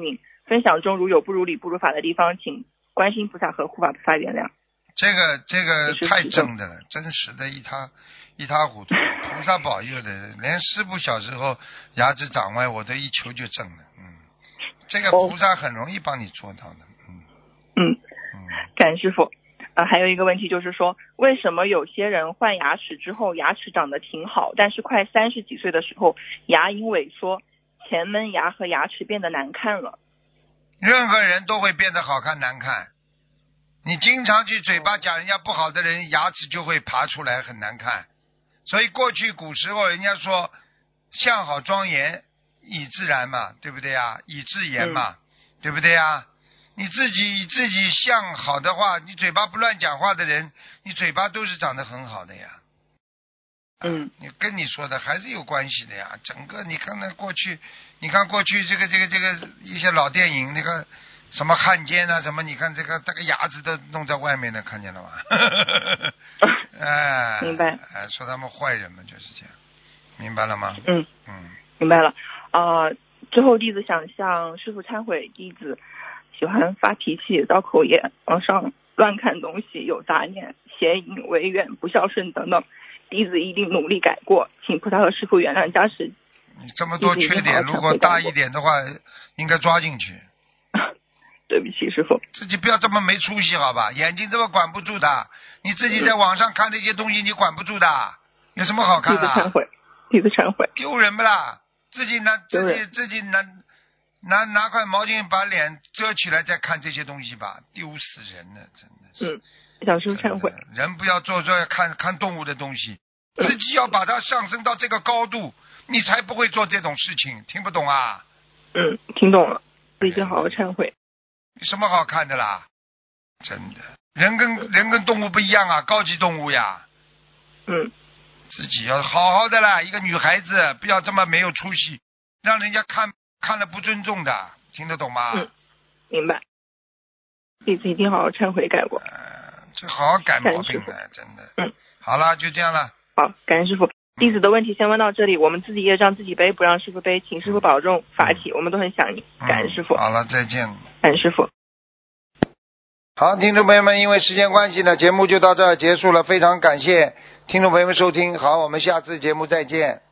分享中如有不如理不如法的地方，请观世音菩萨和护法菩萨原谅。
这个这个太正的了，真实的一塌一塌糊涂，菩萨保佑的，连师父小时候牙齿长歪，我都一求就正了。嗯，这个菩萨很容易帮你做到的。嗯
嗯
嗯，
感恩师父。啊、呃，还有一个问题就是说，为什么有些人换牙齿之后牙齿长得挺好，但是快三十几岁的时候牙龈萎缩，前门牙和牙齿变得难看了？
任何人都会变得好看难看。你经常去嘴巴讲人家不好的人，牙齿就会爬出来很难看。所以过去古时候人家说相好庄严以自然嘛，对不对呀？以自言嘛、嗯、对不对呀？你自己自己相好的话，你嘴巴不乱讲话的人，你嘴巴都是长得很好的呀。
嗯，
你跟你说的还是有关系的呀。整个你看看过去，你看过去这个这个这个一些老电影，那个什么汉奸啊什么，你看这个这个牙子都弄在外面的，看见了吗？哎，
明白。
哎，说他们坏人嘛，就是这样，明白了吗？
嗯
嗯，
明白了。啊、呃，最后弟子想向师父忏悔，弟子喜欢发脾气、造口业、往上乱看东西、有杂念、邪淫、违愿、不孝顺等等，弟子一定努力改过，请菩萨和师父原谅加持。
你这么多缺点，如果大一点的话，应该抓进去。
对不起，师父。
自己不要这么没出息，好吧？眼睛这么管不住的，你自己在网上看这些东西，你管不住的，有什么好看的？
弟子忏悔，弟子忏悔。
丢人不啦？自己拿自己自己拿拿拿块毛巾把脸遮起来再看这些东西吧，丢死人了，真的是。
嗯，小师父忏悔。
人不要做这看看动物的东西，自己要把它上升到这个高度，你才不会做这种事情。听不懂啊？
嗯，听懂了，自己好好忏悔。
有什么好看的啦？真的，人跟人跟动物不一样啊，高级动物呀。
嗯，
自己要好好的啦，一个女孩子不要这么没有出息，让人家看看了不尊重的，听得懂吗？
嗯，明白。弟子一定好好忏悔改过。
呃，这好好改毛病的，真的。
嗯，
好了，就这样了。
好，感恩师父。弟子的问题先问到这里，我们自己业障自己背，不让师父背，请师父保重法体，我们都很想你，感恩师父。
嗯、好了，再见。
感恩师父。
好，听众朋友们，因为时间关系呢，节目就到这儿结束了，非常感谢听众朋友们收听，好，我们下次节目再见。